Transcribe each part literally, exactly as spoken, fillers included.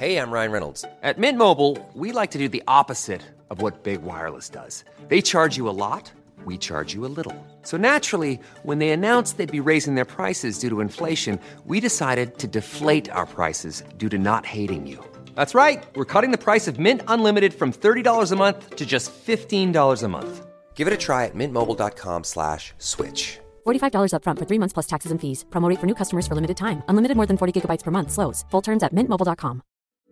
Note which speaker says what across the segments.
Speaker 1: Hey, I'm Ryan Reynolds. At Mint Mobile, we like to do the opposite of what Big Wireless does. They charge you a lot, we charge you a little. So naturally, when they announced they'd be raising their prices due to inflation, we decided to deflate our prices due to not hating you. That's right. We're cutting the price of Mint Unlimited from thirty dollars a month to just fifteen dollars a month. Give it a try at mintmobile.com slash switch.
Speaker 2: forty-five dollars up front for three months plus taxes and fees. Promo rate for new customers for limited time. Unlimited more than forty gigabytes per month. Slows full terms at mint mobile dot com.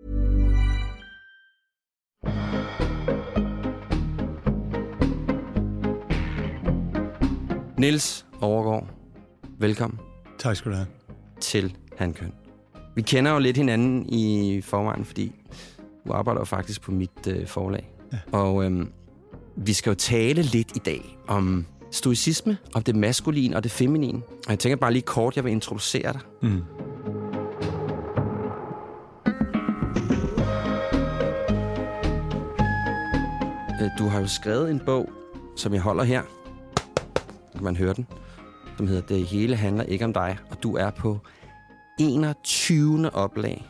Speaker 3: Niels Overgaard, velkommen.
Speaker 4: Tak skal du have.
Speaker 3: Til Hankøn. Vi kender jo lidt hinanden i forvejen, fordi du arbejder jo faktisk på mit øh, forlag. Ja. Og øhm, vi skal jo tale lidt i dag om stoicisme, om det maskuline og det feminine. Og jeg tænker bare lige kort, jeg vil introducere dig.
Speaker 4: Mm.
Speaker 3: Du har jo skrevet en bog, som jeg holder her. Kan man høre den? Som hedder Det hele handler ikke om dig. Og du er på enogtyvende oplag.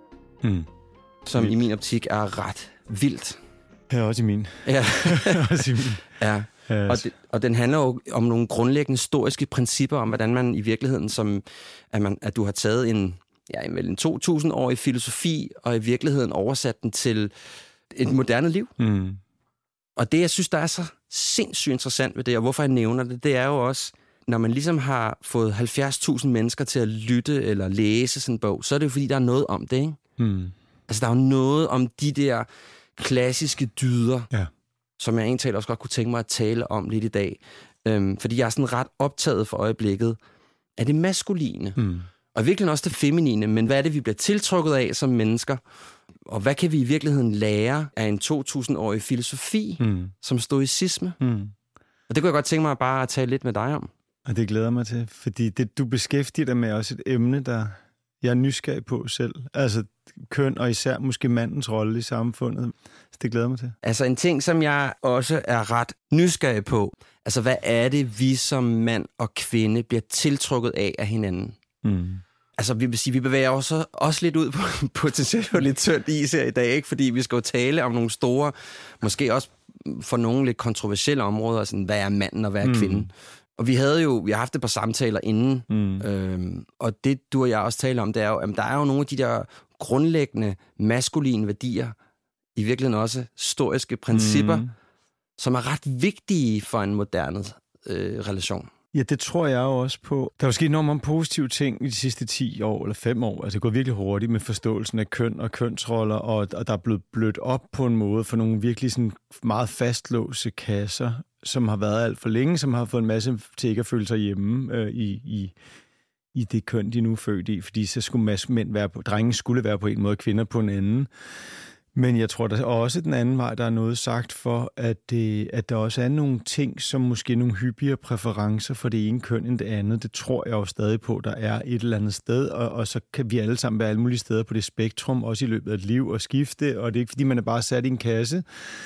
Speaker 4: Mm.
Speaker 3: Som
Speaker 4: vildt.
Speaker 3: I min optik er ret vildt.
Speaker 4: Ja, også i min.
Speaker 3: Ja.
Speaker 4: også i min.
Speaker 3: Ja.
Speaker 4: Ja,
Speaker 3: og, det, og den handler jo om nogle grundlæggende historiske principper, om hvordan man i virkeligheden, som at, man, at du har taget en, ja, en to tusind-årig filosofi, og i virkeligheden oversat den til et moderne liv.
Speaker 4: Mm.
Speaker 3: Og det, jeg synes, der er så sindssygt interessant ved det, og hvorfor jeg nævner det, det er jo også, når man ligesom har fået halvfjerds tusind mennesker til at lytte eller læse sådan en bog, så er det jo, fordi der er noget om det, ikke?
Speaker 4: Mm.
Speaker 3: Altså, der er jo noget om de der klassiske dyder, ja. Som jeg egentlig også godt kunne tænke mig at tale om lidt i dag. Øhm, fordi jeg er sådan ret optaget for øjeblikket af det maskuline.
Speaker 4: Mm.
Speaker 3: Og virkelig også det feminine, men hvad er det, vi bliver tiltrukket af som mennesker? Og hvad kan vi i virkeligheden lære af en to tusind-årig filosofi, mm. som stoicisme? Mm. Og det kunne jeg godt tænke mig bare at tale lidt med dig om.
Speaker 4: Og det glæder mig til, fordi det, du beskæftiger dig med også et emne, der jeg er nysgerrig på selv. Altså køn, og især måske mandens rolle i samfundet. Så det glæder mig til.
Speaker 3: Altså en ting, som jeg også er ret nysgerrig på. Altså hvad er det, vi som mand og kvinde bliver tiltrukket af af hinanden? Mm. Altså, vi vil sige, vi bevæger os også, også lidt ud på potentielt på lidt tyndt is her i dag, ikke? Fordi vi skal jo tale om nogle store, måske også for nogle lidt kontroversielle områder, sådan, hvad er manden og hvad er mm. kvinden? Og vi havde jo, vi har haft det på samtaler inden, mm. øhm, og det, du og jeg også taler om, det er jo, at der er jo nogle af de der grundlæggende maskuline værdier, i virkeligheden også historiske principper, mm. som er ret vigtige for en moderne øh, relation.
Speaker 4: Ja, det tror jeg jo også på. Der er jo sket enormt mange positive ting i de sidste ti år eller fem år. Altså det går virkelig hurtigt med forståelsen af køn og kønsroller, og, og der er blevet blødt op på en måde for nogle virkelig sådan meget fastlåse kasser, som har været alt for længe, som har fået en masse til ikke at føle sig hjemme øh, i, i, i det køn, de nu er født i. Fordi så skulle masse mænd være på, drenge skulle være på en måde, kvinder på en anden. Men jeg tror, der er også den anden vej, der er noget sagt for, at, det, at der også er nogle ting, som måske nogle hyppigere præferencer for det ene køn end det andet. Det tror jeg jo stadig på, der er et eller andet sted, og, og så kan vi alle sammen være alle mulige steder på det spektrum, også i løbet af et liv og skifte, og det er ikke, fordi man er bare sat i en kasse.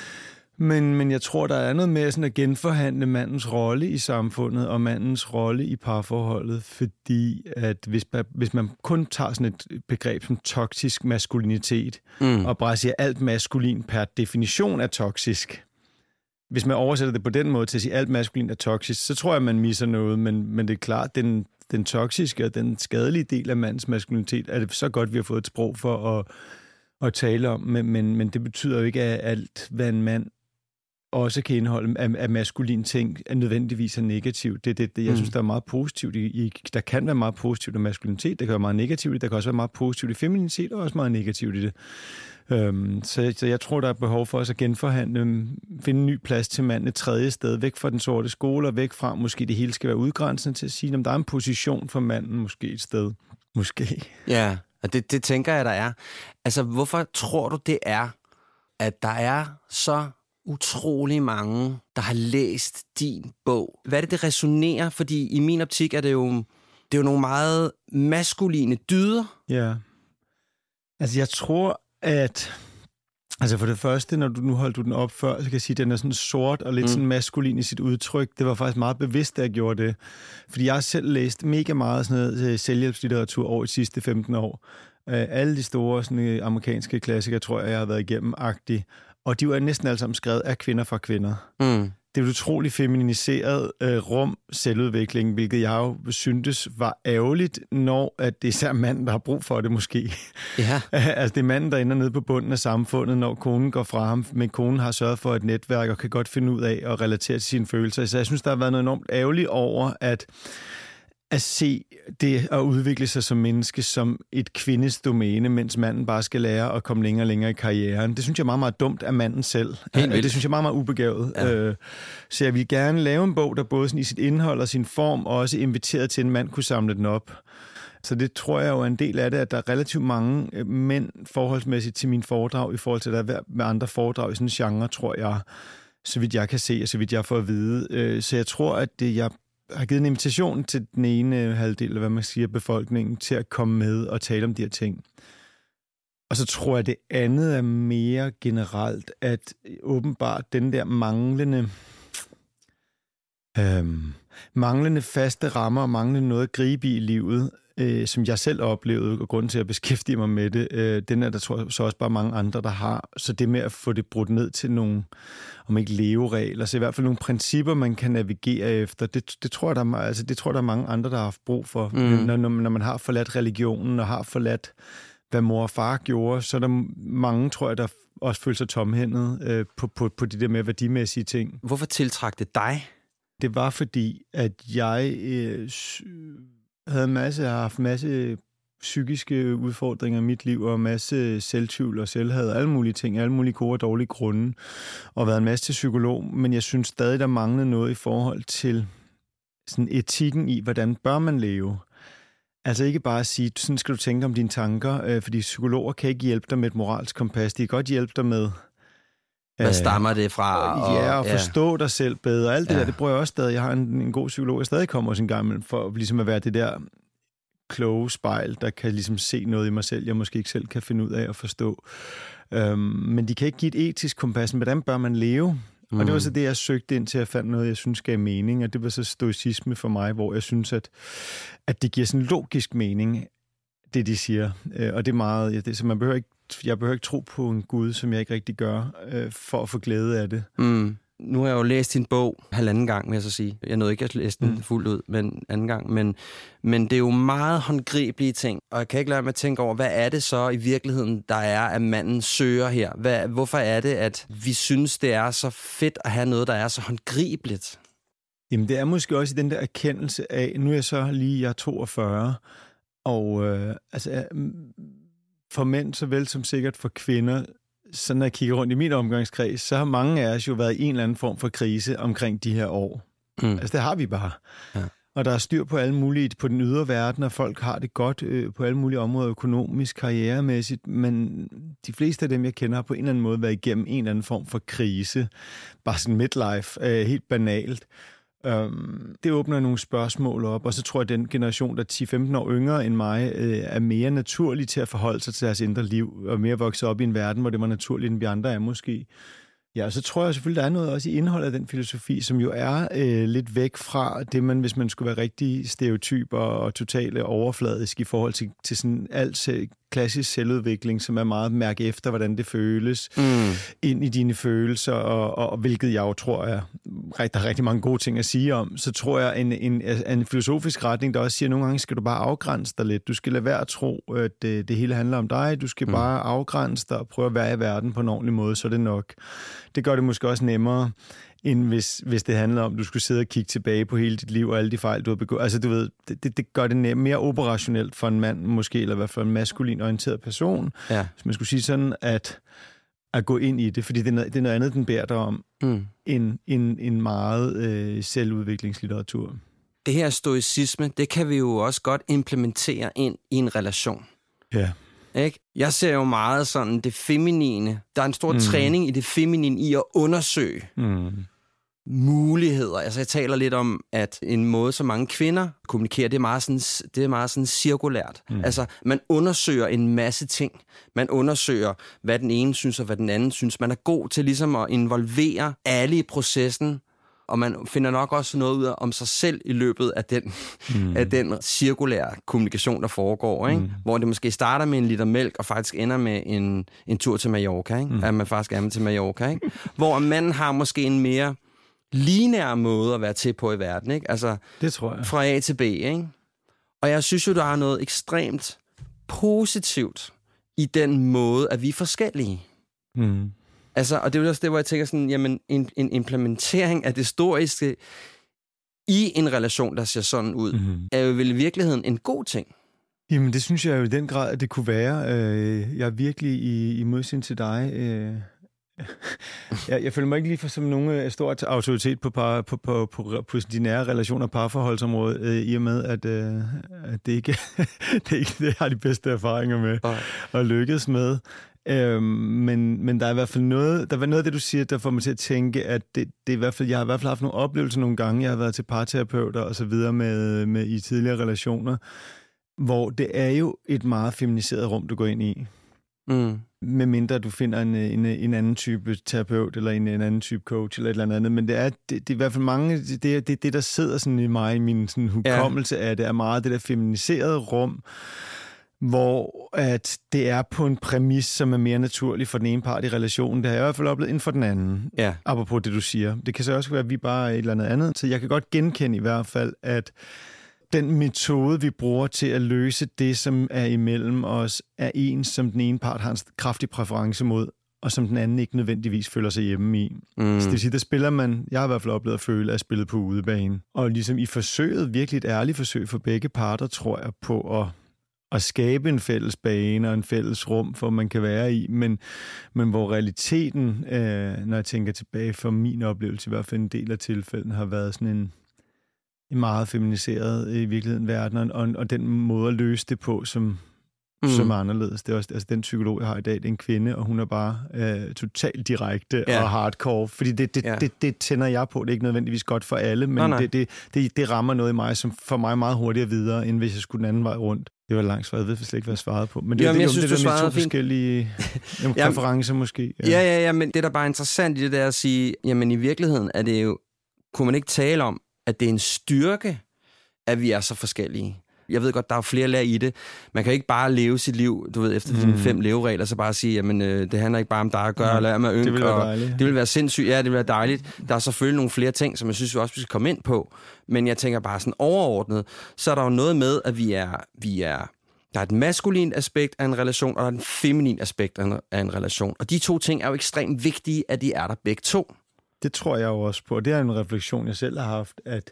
Speaker 4: Men, men jeg tror, der er noget med sådan at genforhandle mandens rolle i samfundet og mandens rolle i parforholdet, fordi at hvis, hvis man kun tager sådan et begreb som toksisk maskulinitet, mm. og bare siger, alt maskulin per definition er toksisk, hvis man oversætter det på den måde til at sige, alt maskulin er toksisk, så tror jeg, man misser noget, men, men det er klart, den, den toksiske og den skadelige del af mandens maskulinitet er det så godt, vi har fået et sprog for at, at tale om, men, men, men det betyder jo ikke, at alt, hvad en mand også kan indeholde af, af maskulin ting, er nødvendigvis er negativt. Det, det, det, jeg mm. synes, der er meget positivt i, i, der kan være meget positivt i maskulinitet, der kan være meget negativt i, der kan også være meget positivt i femininitet, og også meget negativt i det. Um, så, så jeg tror, der er behov for os at genforhandle, finde en ny plads til manden et tredje sted, væk fra den sorte skole, og væk fra, måske det hele skal være udgrænsende til at sige, om der er en position for manden måske et sted. Måske.
Speaker 3: Ja, og det, det tænker jeg, der er. Altså, hvorfor tror du, det er, at der er så utrolig mange, der har læst din bog? Hvad er det, det resonerer? Fordi i min optik er det jo, det er jo nogle meget maskuline dyder.
Speaker 4: Ja. Altså, jeg tror, at altså for det første, når du nu holdt du den op før, så kan jeg sige, at den er sådan sort og lidt mm. sådan maskulin i sit udtryk. Det var faktisk meget bevidst, at jeg gjorde det. Fordi jeg har selv læst mega meget sådan noget sælgehjælpslitteratur over de sidste femten år. alle de store sådan, amerikanske klassikere, tror jeg, jeg har været igennem-agtige. Og de er næsten alle sammen skrevet af kvinder fra kvinder. Mm. Det er et utroligt feminiseret øh, rum selvudvikling, hvilket jeg jo syntes var ærgerligt, når at det er især manden, der har brug for det måske. Ja. Altså det er manden, der ender nede på bunden af samfundet, når konen går fra ham, men konen har sørget for et netværk og kan godt finde ud af at relatere til sine følelser. Så jeg synes, der har været noget enormt ærgerligt over, at at se det at udvikle sig som menneske som et kvindes domæne, mens manden bare skal lære at komme længere og længere i karrieren. Det synes jeg er meget, meget dumt af manden selv. Det synes jeg er meget, meget ubegavet. Ja. Så jeg vil gerne lave en bog, der både sådan i sit indhold og sin form også inviteret til, at en mand kunne samle den op. Så det tror jeg jo er en del af det, at der er relativt mange mænd forholdsmæssigt til min foredrag i forhold til, at der er med andre foredrag i sådan en genre, tror jeg, så vidt jeg kan se, og så vidt jeg får at vide. Så jeg tror, at det, jeg har givet en invitation til den ene halvdel, eller hvad man siger, befolkningen, til at komme med og tale om de her ting. Og så tror jeg, det andet er mere generelt, at åbenbart den der manglende, øhm, manglende faste rammer og manglende noget at gribe i livet, øh, som jeg selv oplevede, og grunden til at beskæftige mig med det, øh, den er der tror jeg så også bare mange andre, der har. Så det med at få det brudt ned til nogle, om ikke leveregler, så i hvert fald nogle principper, man kan navigere efter, det, det, tror, jeg, der er, altså, det tror jeg, der er mange andre, der har haft brug for. Mm. Når, når man har forladt religionen og har forladt, hvad mor og far gjorde, så er der mange, tror jeg, der også føler sig tomhændet øh, på, på, på de der mere værdimæssige ting.
Speaker 3: Hvorfor tiltrak det dig?
Speaker 4: Det var fordi, at jeg øh, havde en masse, har haft en masse psykiske udfordringer i mit liv, og en masse selvtvivl og selvhad, alle mulige ting, alle mulige gode og dårlige grunde, og været en masse til psykolog, men jeg synes stadig, der manglede noget i forhold til sådan etikken i, hvordan bør man leve. Altså ikke bare at sige, sådan skal du tænke om dine tanker, øh, fordi psykologer kan ikke hjælpe dig med et moralsk kompas, de kan godt hjælpe dig med
Speaker 3: hvad stammer det fra?
Speaker 4: Og, ja, og forstå ja. dig selv bedre. Alt det ja. der, det bruger jeg også stadig. Jeg har en, en god psykolog, jeg stadig kommer også en gang for ligesom at være det der kloge spejl, der kan ligesom se noget i mig selv, jeg måske ikke selv kan finde ud af at forstå. Øhm, men de kan ikke give et etisk kompas. Hvordan bør man leve? Mm. Og det var så det, jeg søgte ind til, at jeg fandt noget, jeg synes gav mening, og det var så stoicisme for mig, hvor jeg synes, at, at det giver sådan logisk mening, det de siger. Øh, og det er meget, ja, det, så man behøver ikke Jeg behøver ikke tro på en Gud, som jeg ikke rigtig gør, øh, for at få glæde af det.
Speaker 3: Mm. Nu har jeg jo læst din bog halvanden gang, vil jeg så sige. Jeg nåede ikke at læse den mm. fuldt ud, men anden gang. Men, men det er jo meget håndgribelige ting, og jeg kan ikke lade mig at tænke over, hvad er det så i virkeligheden, der er, at manden søger her? Hvad, hvorfor er det, at vi synes, det er så fedt at have noget, der er så håndgribeligt?
Speaker 4: Jamen, det er måske også i den der erkendelse af, nu er jeg så lige, jeg er toogfyrre, og øh, altså... for mænd, såvel som sikkert for kvinder, så når jeg kigger rundt i min omgangskreds, så har mange af os jo været i en eller anden form for krise omkring de her år. Mm. Altså, det har vi bare. Ja. Og der er styr på alle mulige, på den ydre verden, og folk har det godt øh, på alle mulige områder, økonomisk, karrieremæssigt, men de fleste af dem, jeg kender, har på en eller anden måde været igennem en eller anden form for krise. Bare sådan midlife, øh, helt banalt. Um, det åbner nogle spørgsmål op, og så tror jeg, at den generation, der er ti til femten år yngre end mig, øh, er mere naturlig til at forholde sig til deres indre liv, og mere vokse op i en verden, hvor det var naturligt, end vi andre er måske. Ja, og så tror jeg selvfølgelig, der er noget også i indholdet af den filosofi, som jo er øh, lidt væk fra det, man, hvis man skulle være rigtig stereotyp og, og totalt overfladisk i forhold til, til sådan alt klassisk selvudvikling, som er meget mærke efter, hvordan det føles, mm. ind i dine følelser, og, og, og hvilket jeg jo tror, er, der er rigtig mange gode ting at sige om, så tror jeg, en, en, en filosofisk retning, der også siger, at nogle gange skal du bare afgrænse dig lidt. Du skal lade være at tro, at det, det hele handler om dig. Du skal mm. bare afgrænse dig og prøve at være i verden på en ordentlig måde, så er det nok. Det gør det måske også nemmere, end hvis, hvis det handler om, at du skulle sidde og kigge tilbage på hele dit liv og alle de fejl, du har begået. Altså, du ved, det, det, det gør det nem, mere operationelt for en mand, måske, eller i hvert fald en maskulin orienteret person. Ja. Hvis man skulle sige sådan, at, at gå ind i det, fordi det er noget, det er noget andet, den bærer dig om, mm. end, end, end meget øh, selvudviklingslitteratur.
Speaker 3: Det her stoicisme, det kan vi jo også godt implementere ind i en relation.
Speaker 4: Ja.
Speaker 3: Ikke? Jeg ser jo meget sådan det feminine. Der er en stor mm. træning i det feminine i at undersøge mm. muligheder. Altså jeg taler lidt om, at en måde, så mange kvinder kommunikerer, det er meget sådan, det er meget sådan cirkulært. Mm. Altså man undersøger en masse ting. Man undersøger, hvad den ene synes og hvad den anden synes. Man er god til ligesom at involvere alle i processen og man finder nok også noget ud af om sig selv i løbet af den, mm. af den cirkulære kommunikation, der foregår, ikke? Mm. Hvor det måske starter med en liter mælk, og faktisk ender med en, en tur til Mallorca, ikke? Mm. At man faktisk er med til Mallorca, ikke? Hvor manden har måske en mere lineær måde at være til på i verden, ikke? Altså,
Speaker 4: det tror jeg.
Speaker 3: Fra A til B, ikke? Og jeg synes jo, der er noget ekstremt positivt i den måde, at vi er forskellige. Mm. Altså, og det er jo også det, hvor jeg tænker sådan, jamen, en, en implementering af det historiske i en relation, der ser sådan ud, mm-hmm. er jo vel i virkeligheden en god ting.
Speaker 4: Jamen, det synes jeg jo i den grad, at det kunne være. Jeg er virkelig i, i modsætning til dig. Jeg, jeg føler mig ikke lige for som nogen stor autoritet på, par, på, på, på, på de nære relationer og parforholdsområdet, i og med, at, at det ikke det ikke det har de bedste erfaringer med okay. og lykkes med. Øhm, men, men der er i hvert fald noget, der er noget af det, du siger, der får mig til at tænke, at det, det er i hvert fald, jeg har i hvert fald haft nogle oplevelser nogle gange, jeg har været til parterapeuter og så videre med, med i tidligere relationer, hvor det er jo et meget feminiseret rum, du går ind i. Mm. Med mindre du finder en, en, en anden type terapeut, eller en, en anden type coach, eller et eller andet. Men det er, det, det er i hvert fald mange, det er det, det, der sidder sådan i mig, i min sådan hukommelse ja. af det, er meget det der feminiserede rum, hvor at det er på en præmis, som er mere naturlig for den ene part i relationen. Det har jeg i hvert fald oplevet inden for den anden. Ja. Apropos det, du siger. Det kan så også være, at vi bare er et eller andet andet. Så jeg kan godt genkende i hvert fald, at den metode, vi bruger til at løse det, som er imellem os, er en, som den ene part har en kraftig præference mod, og som den anden ikke nødvendigvis føler sig hjemme i. Mm. Så det vil sige, der spiller man, jeg har i hvert fald oplevet at føle, at spille på udebane. Og ligesom i forsøget, virkelig et ærligt forsøg for begge parter, tror jeg på at, at skabe en fælles bane og en fælles rum, hvor man kan være i, men, men hvor realiteten, øh, når jeg tænker tilbage for min oplevelse, i hvert fald en del af tilfælden, har været sådan en en meget feminiseret i virkeligheden verden, og, og den måde at løse det på, som, mm. som er anderledes. Det er også altså, den psykolog, jeg har i dag, det er en kvinde, og hun er bare øh, totalt direkte ja. og hardcore, fordi det, det, ja. det, det, det tænder jeg på. Det er ikke nødvendigvis godt for alle, men nej, nej. Det, det, det, det rammer noget i mig, som for mig meget hurtigere videre, end hvis jeg skulle den anden vej rundt. Det var langt svært, jeg ved slet ikke, hvad jeg svarede på. Men det, Jamen, det, det, synes, det, det er to fint. forskellige jamen, præferencer måske.
Speaker 3: Ja. ja, ja, ja, men det, der bare er interessant i det, der at sige, jamen i virkeligheden er det jo, kunne man ikke tale om, at det er en styrke, at vi er så forskellige. Jeg ved godt, der er flere lag i det. Man kan ikke bare leve sit liv, du ved, efter mm. dine fem leveregler, så bare sige, jamen, øh, det handler ikke bare om dig at gøre, eller med ynk.
Speaker 4: Det vil være dejligt.
Speaker 3: Det vil være sindssygt, ja, det vil være dejligt. Der er selvfølgelig nogle flere ting, som jeg synes, vi også skal komme ind på. Men jeg tænker bare sådan overordnet, så er der jo noget med, at vi er, vi er der er et maskulint aspekt af en relation, og der er et feminin aspekt af en relation. Og de to ting er jo ekstremt vigtige, at de er der begge to.
Speaker 4: Det tror jeg jo også på. Det er en refleksion, jeg selv har haft, at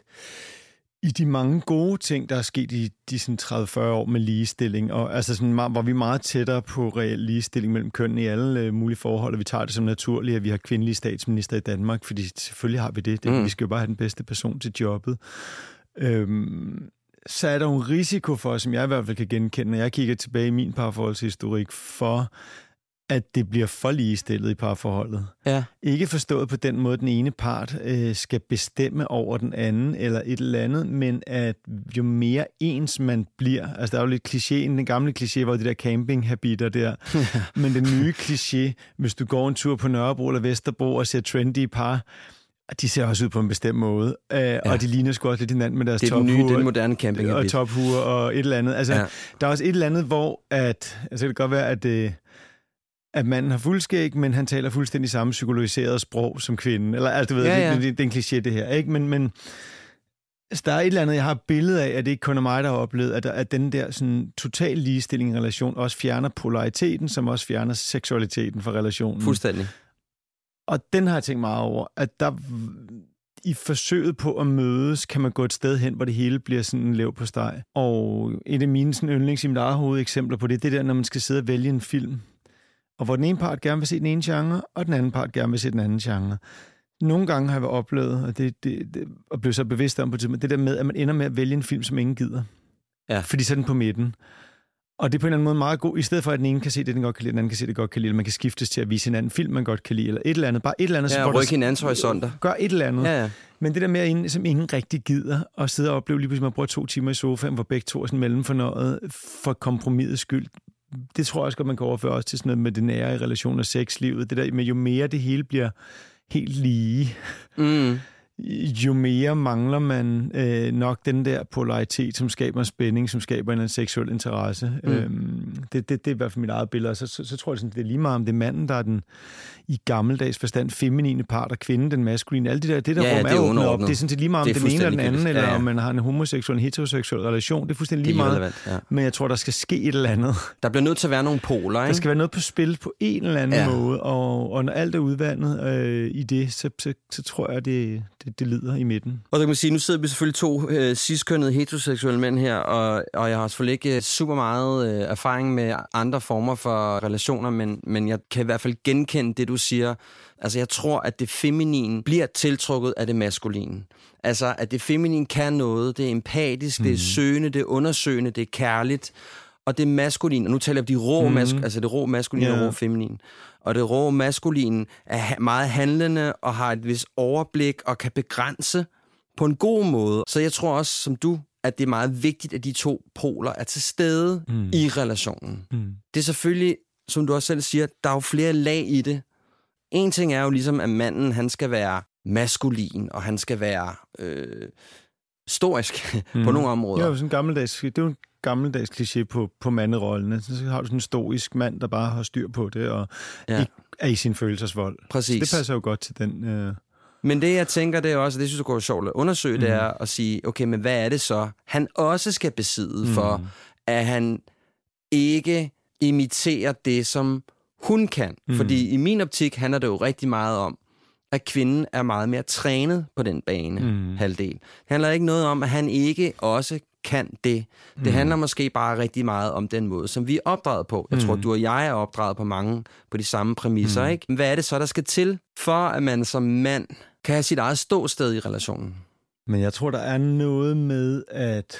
Speaker 4: i de mange gode ting, der er sket i de sådan tredive til fyrre år med ligestilling, og altså sådan, hvor vi er meget tættere på reel ligestilling mellem kønnene i alle mulige forhold, og vi tager det som naturligt, at vi har kvindelige statsminister i Danmark, fordi selvfølgelig har vi det. det mm. Vi skal jo bare have den bedste person til jobbet. Øhm, så er der jo en risiko for, som jeg i hvert fald kan genkende, når jeg kigger tilbage i min parforholdshistorik, for at det bliver for ligestillet i parforholdet. Ja. Ikke forstået på den måde, at den ene part øh, skal bestemme over den anden, eller et eller andet, men at jo mere ens man bliver, altså der er jo lidt kliché, den gamle kliché var de der campinghabiter der, men den nye kliché, hvis du går en tur på Nørrebro eller Vesterbro og ser trendy par, de ser også ud på en bestemt måde, øh, ja. og de ligner sgu også lidt hinanden med deres
Speaker 3: tophuer. Det er den nye, den moderne campinghabit.
Speaker 4: Og tophuer og et eller andet. Altså, ja. Der er også et eller andet, hvor at, altså det kan godt være, at øh, at manden har fuldskæg, men han taler fuldstændig samme psykologiseret sprog som kvinden. Eller, altså, du ved, ja, ja. Det, det, det er en kliché, det her, ikke? Men, men altså, der er et eller andet, jeg har et billede af, at det ikke kun er mig, der har oplevet, at, at den der sådan, total ligestilling i relation også fjerner polariteten, som også fjerner seksualiteten fra relationen.
Speaker 3: Fuldstændig.
Speaker 4: Og den har jeg tænkt meget over, at der i forsøget på at mødes, kan man gå et sted hen, hvor det hele bliver sådan en lev på steg. Og et af mine sådan, yndlings i mit eget hoved eksempler på det, det der, når man skal sidde og vælge en film, og hvor den ene part gerne vil se den ene genre, og den anden part gerne vil se den anden genre. Nogle gange har jeg oplevet, og det, det, det og blevet så bevidst om på tidspunkt, det der med, at man ender med at vælge en film, som ingen gider. Ja. Fordi så er den på midten. Og det er på en eller anden måde meget god, i stedet for at den ene kan se det, den godt kan lide, den anden kan se det, godt kan lide, eller man kan skiftes til at vise hinanden film, man godt kan lide, eller et eller andet, bare et eller andet.
Speaker 3: Ja, rykke hinandens horisonter.
Speaker 4: Gør et eller andet.
Speaker 3: Ja, ja.
Speaker 4: Men det der med, at som ingen rigtig gider, og sidde og opleve lige pludselig, man bruger to timer i sofaen, hvor begge to er sådan mellemfornøjet for kompromisets skyld. Det tror jeg også godt, man kan overføre også til sådan noget med det nære i relation og sexlivet. Det der med, jo mere det hele bliver helt lige, mm. jo mere mangler man øh, nok den der polaritet, som skaber spænding, som skaber en seksuel interesse. Mm. Øhm, det, det, det er i hvert fald mit eget billede. Så, så, så tror jeg, sådan, det er lige meget om det er manden, der er den i gammeldags forstand feminine part, og kvinden, den maskuline. Alt det der, det der
Speaker 3: ja,
Speaker 4: rum
Speaker 3: ja,
Speaker 4: er åbnet op.
Speaker 3: Det
Speaker 4: er sådan set lige meget om den ene eller den anden, eller ja, ja. om man har en homoseksuel, en heteroseksuel relation. Det er fuldstændig lige meget. Relevant, ja. Men jeg tror, der skal ske et eller andet.
Speaker 3: Der bliver nødt til at være nogle poler, ikke?
Speaker 4: Der skal være noget på spil på en eller anden ja. måde, og, og når alt er udvandet øh, i det, så, så, så tror jeg, det, det, det lider i midten.
Speaker 3: Og så kan man sige, nu sidder vi selvfølgelig to øh, cis-kønnede heteroseksuelle mænd her, og, og jeg har selvfølgelig ikke super meget øh, erfaring med andre former for relationer, men, men jeg kan i hvert fald genkende det, du siger. Altså, jeg tror, at det feminine bliver tiltrukket af det maskuline. Altså, at det feminine kan noget, det er empatisk, mm. det er søgende, det er undersøgende, det er kærligt, og det maskuline, og nu taler jeg om de rå, mm. mask, altså det rå maskuline yeah. og rå feminine. Og det rå maskuline er meget handlende og har et vis overblik og kan begrænse på en god måde. Så jeg tror også, som du, at det er meget vigtigt, at de to poler er til stede mm. i relationen. Mm. Det er selvfølgelig, som du også selv siger, der er jo flere lag i det. En ting er jo ligesom, at manden, han skal være maskulin, og han skal være øh, storisk mm. på nogle områder.
Speaker 4: Det er jo sådan en gammeldags, det er jo en gammeldags kliché på, på manderollene. Så har du sådan en stoisk mand, der bare har styr på det, og ja. ikke er i sin følelsesvold.
Speaker 3: Præcis.
Speaker 4: Så det passer jo godt til den... Øh...
Speaker 3: Men det, jeg tænker, det er også, det synes jeg går sjovt at undersøge, mm. det er at sige, okay, men hvad er det så, han også skal besidde, mm. for at han ikke imiterer det, som hun kan. Mm. Fordi i min optik handler det jo rigtig meget om, at kvinden er meget mere trænet på den bane mm. halvdel. Det handler ikke noget om, at han ikke også kan det. Det mm. handler måske bare rigtig meget om den måde, som vi er opdraget på. Jeg mm. tror, du og jeg er opdraget på mange på de samme præmisser, mm. ikke? Hvad er det så, der skal til, for at man som mand kan have sit eget ståsted i relationen?
Speaker 4: Men jeg tror, der er noget med at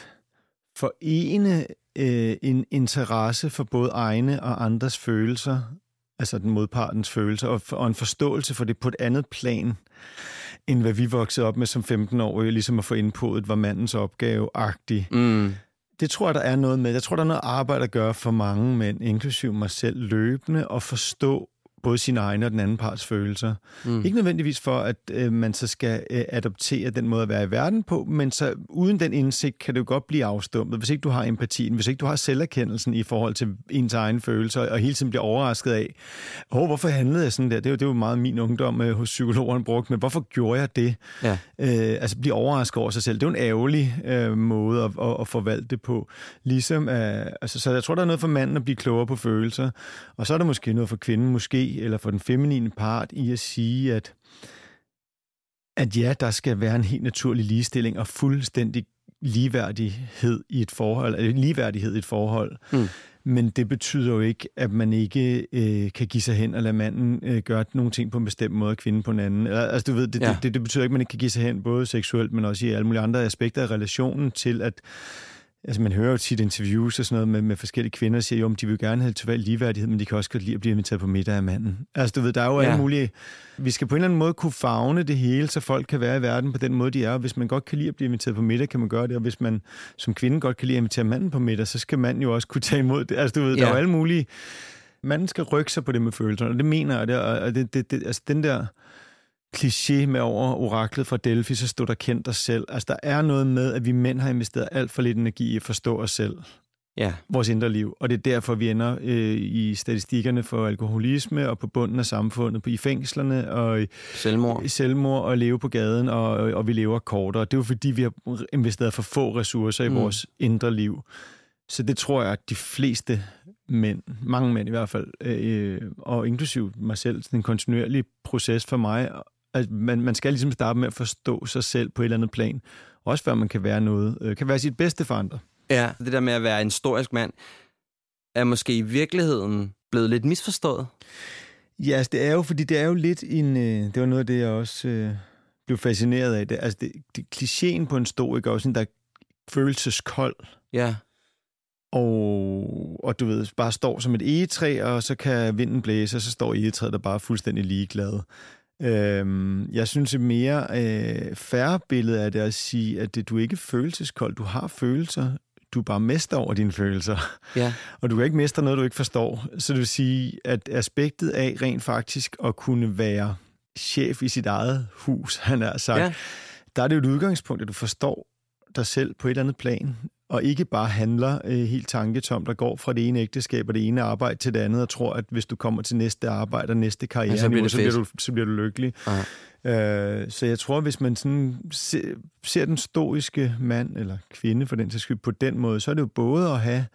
Speaker 4: forene øh, en interesse for både egne og andres følelser, altså den modpartens følelser, og, og en forståelse for det på et andet plan, end hvad vi voksede op med som femten-årige, ligesom at få indpået, var mandens opgave-agtig. Mm. Det tror jeg, der er noget med. Jeg tror, der er noget arbejde at gøre for mange mænd, inklusive mig selv, løbende, og forstå både sine egne og den anden parts følelser. Mm. Ikke nødvendigvis for, at øh, man så skal øh, adoptere den måde at være i verden på, men så uden den indsigt kan det jo godt blive afstumpet, hvis ikke du har empatien, hvis ikke du har selverkendelsen i forhold til ens egne følelser, og hele tiden bliver overrasket af, åh, hvorfor handlede jeg sådan der? Det er jo, det er jo meget min ungdom øh, hos psykologerne brugt, men hvorfor gjorde jeg det? Ja. Øh, altså blive overrasket over sig selv. Det er jo en ærgerlig øh, måde at, at, at forvalte det på. Ligesom, øh, altså, så jeg tror, der er noget for manden at blive klogere på følelser, og så er der måske noget for kvinden, måske eller for den feminine part i at sige, at, at ja, der skal være en helt naturlig ligestilling og fuldstændig ligeværdighed i et forhold, eller ligeværdighed i et forhold. Mm. Men det betyder jo ikke, at man ikke øh, kan give sig hen og lade manden øh, gøre nogle ting på en bestemt måde, og kvinden på en anden. Altså, du ved, det, ja. det, det, det betyder ikke, at man ikke kan give sig hen, både seksuelt, men også i alle mulige andre aspekter af relationen til, at altså, man hører jo tit interviews og sådan noget med, med forskellige kvinder, der siger jo, at de vil gerne have total ligeværdighed, men de kan også godt lide at blive inviteret på middag af manden. Altså, du ved, der er jo ja. alle mulige... Vi skal på en eller anden måde kunne favne det hele, så folk kan være i verden på den måde, de er. Og hvis man godt kan lide at blive inviteret på middag, kan man gøre det. Og hvis man som kvinde godt kan lide at invitere manden på middag, så skal manden jo også kunne tage imod det. Altså, du ved, ja. der er jo alle mulige... Manden skal rykke sig på det med følelserne, og det mener jeg. Det, og det, det, det, altså, den der... kliché med over oraklet fra Delphi, så stod der kendt dig selv. Altså, der er noget med, at vi mænd har investeret alt for lidt energi i at forstå os selv. Ja. Vores indre liv. Og det er derfor, vi ender øh, i statistikkerne for alkoholisme og på bunden af samfundet, i fængslerne og i
Speaker 3: selvmord,
Speaker 4: i selvmord og leve på gaden, og, og vi lever kortere. Det er jo fordi, vi har investeret for få ressourcer i mm. vores indre liv. Så det tror jeg, at de fleste mænd, mange mænd i hvert fald, øh, og inklusiv mig selv, sådan en kontinuerlig proces for mig, at man, man skal ligesom starte med at forstå sig selv på et eller andet plan, også før man kan være noget, øh, kan være sit bedste for andre.
Speaker 3: Ja, det der med at være en historisk mand, er måske i virkeligheden blevet lidt misforstået.
Speaker 4: Ja, altså det er jo, fordi det er jo lidt en, øh, det var noget af det, jeg også øh, blev fascineret af. Det, altså det, det, klichéen på en stoiker er jo sådan, der er følelseskold. Ja. Og, og du ved, bare står som et egetræ, og så kan vinden blæse, og så står egetræet der bare fuldstændig ligeglad. Øhm, jeg synes, et mere øh, færre billede af det at sige, at det, du er ikke følelseskold, du har følelser, du er bare mester over dine følelser. Ja. Og du kan ikke mestre noget, du ikke forstår. Så det vil sige, at aspektet af rent faktisk at kunne være chef i sit eget hus, han har sagt, ja. der er det jo et udgangspunkt, at du forstår dig selv på et eller andet plan, og ikke bare handler øh, helt tanketomt, der går fra det ene ægteskab og det ene arbejde til det andet, og tror, at hvis du kommer til næste arbejde og næste karriere, ja, så, bliver så, bliver du, så bliver du lykkelig. Øh, så jeg tror, hvis man sådan ser, ser den stoiske mand, eller kvinde for den til skyld, på den måde, så er det jo både at have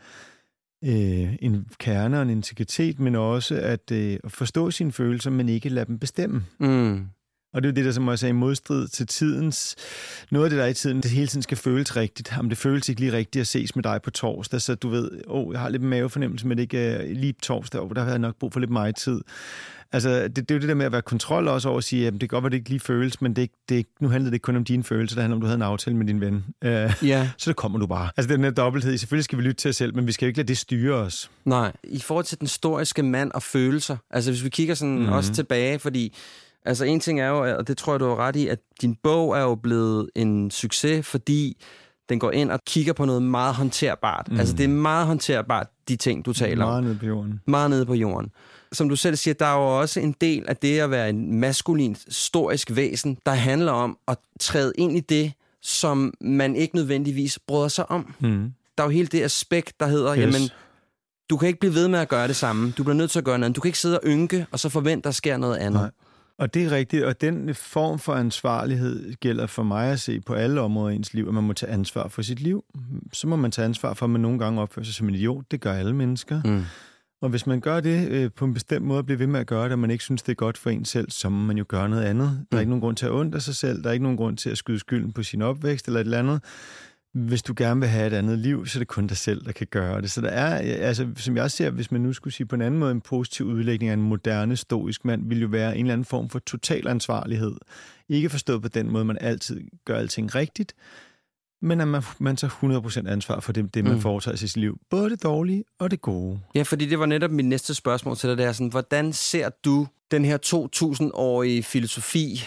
Speaker 4: øh, en kerne og en integritet, men også at, øh, at forstå sine følelser, men ikke lade dem bestemme.
Speaker 3: Mm.
Speaker 4: Og det er jo det, der som også er i modstrid til tidens... Noget af det, der er i tiden, det hele tiden skal føles rigtigt. Jamen, det føles ikke lige rigtigt at ses med dig på torsdag, så du ved, åh, oh, jeg har lidt mavefornemmelse, men det ikke er lige på torsdag, og der har jeg nok brug for lidt mig tid. Altså, det, det er jo det der med at være kontrol også over at sige, at det kan godt være, det ikke lige føles, men det, er, det er, nu handler det ikke kun om dine følelser, det handler om, du havde en aftale med din ven. Uh,
Speaker 3: ja.
Speaker 4: Så det kommer du bare. Altså, det er den her dobbelthed. Selvfølgelig skal vi lytte til os selv, men vi skal jo ikke lade det styre os.
Speaker 3: Nej, i forhold til den stoiske mand og følelser, altså hvis vi kigger sådan mm-hmm. også tilbage, fordi altså en ting er jo, og det tror jeg, du har ret i, at din bog er jo blevet en succes, fordi den går ind og kigger på noget meget håndterbart. Mm. Altså det er meget håndterbart, de ting, du taler
Speaker 4: meget
Speaker 3: om.
Speaker 4: Meget nede på jorden.
Speaker 3: Meget nede på jorden. Som du selv siger, der er jo også en del af det at være en maskulin, stoisk væsen, der handler om at træde ind i det, som man ikke nødvendigvis bryder sig om. Mm. Der er jo hele det aspekt, der hedder, yes. jamen, du kan ikke blive ved med at gøre det samme. Du bliver nødt til at gøre noget andet. Du kan ikke sidde og ynke, og så forvente, der sker noget andet.
Speaker 4: Nej. Og det er rigtigt, og den form for ansvarlighed gælder for mig at se på alle områder i ens liv, at man må tage ansvar for sit liv. Så må man tage ansvar for, at man nogle gange opfører sig som en idiot. Det gør alle mennesker. Mm. Og hvis man gør det øh, på en bestemt måde, og bliver ved med at gøre det, og man ikke synes, det er godt for en selv, så må man jo gøre noget andet. Der er mm. ikke nogen grund til at undre sig selv. Der er ikke nogen grund til at skyde skylden på sin opvækst eller et eller andet. Hvis du gerne vil have et andet liv, så er det kun dig selv, der kan gøre det. Så der er, altså, som jeg ser, hvis man nu skulle sige på en anden måde, en positiv udlægning af en moderne stoisk mand, vil jo være en eller anden form for total ansvarlighed. Ikke forstået på den måde, man altid gør alting rigtigt, men at man, man tager hundrede procent ansvar for det, det man mm. foretager i sit liv. Både det dårlige og det gode.
Speaker 3: Ja, fordi det var netop mit næste spørgsmål til dig, der sådan, hvordan ser du den her to tusind-årige filosofi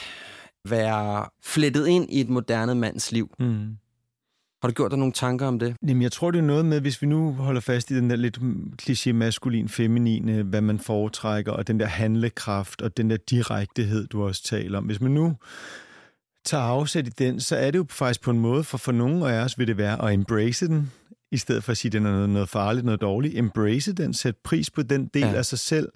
Speaker 3: være flettet ind i et moderne mands liv? Mm. Har du gjort dig nogle tanker om det?
Speaker 4: Jamen, jeg tror, det er noget med, hvis vi nu holder fast i den der lidt kliché maskulin, feminine, hvad man foretrækker, og den der handlekraft, og den der direktehed, du også taler om. Hvis man nu tager afsæt i den, så er det jo faktisk på en måde, for for nogen af os vil det være at embrace den, i stedet for at sige, at den er noget, noget farligt, noget dårligt. Embrace den, sæt pris på den del ja. af sig selv,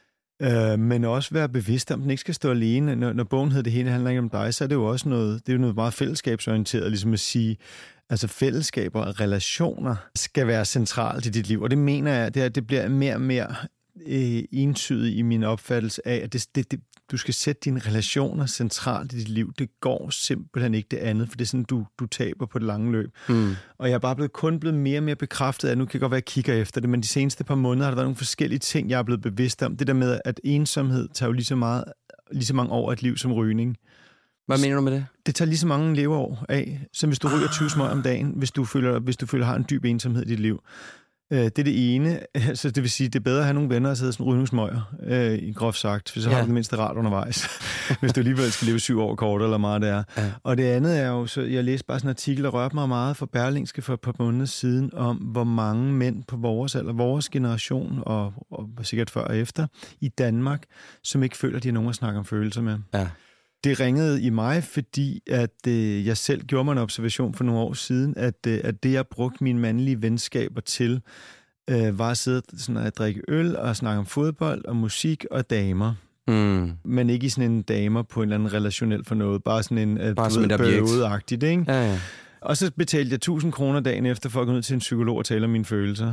Speaker 4: øh, men også være bevidst om, at den ikke skal stå alene. Når, når bogen hedder Det hele handler ikke om dig, så er det jo også noget, det er jo noget meget fællesskabsorienteret, ligesom at sige, altså fællesskaber og relationer skal være centralt i dit liv, og det mener jeg, det, er, det bliver mere og mere øh, entydigt i min opfattelse af, at det, det, det, du skal sætte dine relationer centralt i dit liv. Det går simpelthen ikke det andet, for det er sådan, du, du taber på det lange løb. Mm. Og jeg er bare blevet, kun blevet mere og mere bekræftet af, nu kan jeg godt være, at jeg kigger efter det, men de seneste par måneder har der været nogle forskellige ting, jeg er blevet bevidst om. Det der med, at ensomhed tager jo lige så, meget, lige så mange år af et liv som rygning.
Speaker 3: Hvad mener du med det?
Speaker 4: Det tager lige så mange leveår af, som hvis du ryger tyve smøger om dagen, hvis du føler, hvis du føler, har en dyb ensomhed i dit liv. Det er det ene. Så det vil sige, det er bedre at have nogle venner og sidde sådan rygningsmøger, øh, i groft sagt, for så ja. har du det mindste rart undervejs, hvis du alligevel skal leve syv år kort eller meget det er. Ja. Og det andet er jo, så jeg læste bare sådan en artikel, der rørte mig meget fra Berlingske for et par måneder siden, om hvor mange mænd på vores alder, vores generation, og, og sikkert før og efter, i Danmark, som ikke føler, at de har nogen at snakke om følelser med. Ja. Det ringede i mig, fordi at øh, jeg selv gjorde mig en observation for nogle år siden, at, øh, at det, jeg brugte mine mandlige venskaber til, øh, var at sidde sådan at drikke øl og snakke om fodbold og musik og damer. Mm. Men ikke i sådan en damer på en eller anden relationel for noget. Bare sådan en øh,
Speaker 3: bare som et
Speaker 4: bøveagtigt, ikke?
Speaker 3: Ja, ja.
Speaker 4: Og så betalte jeg tusind kroner dagen efter for at gå ned til en psykolog og tale om mine følelser.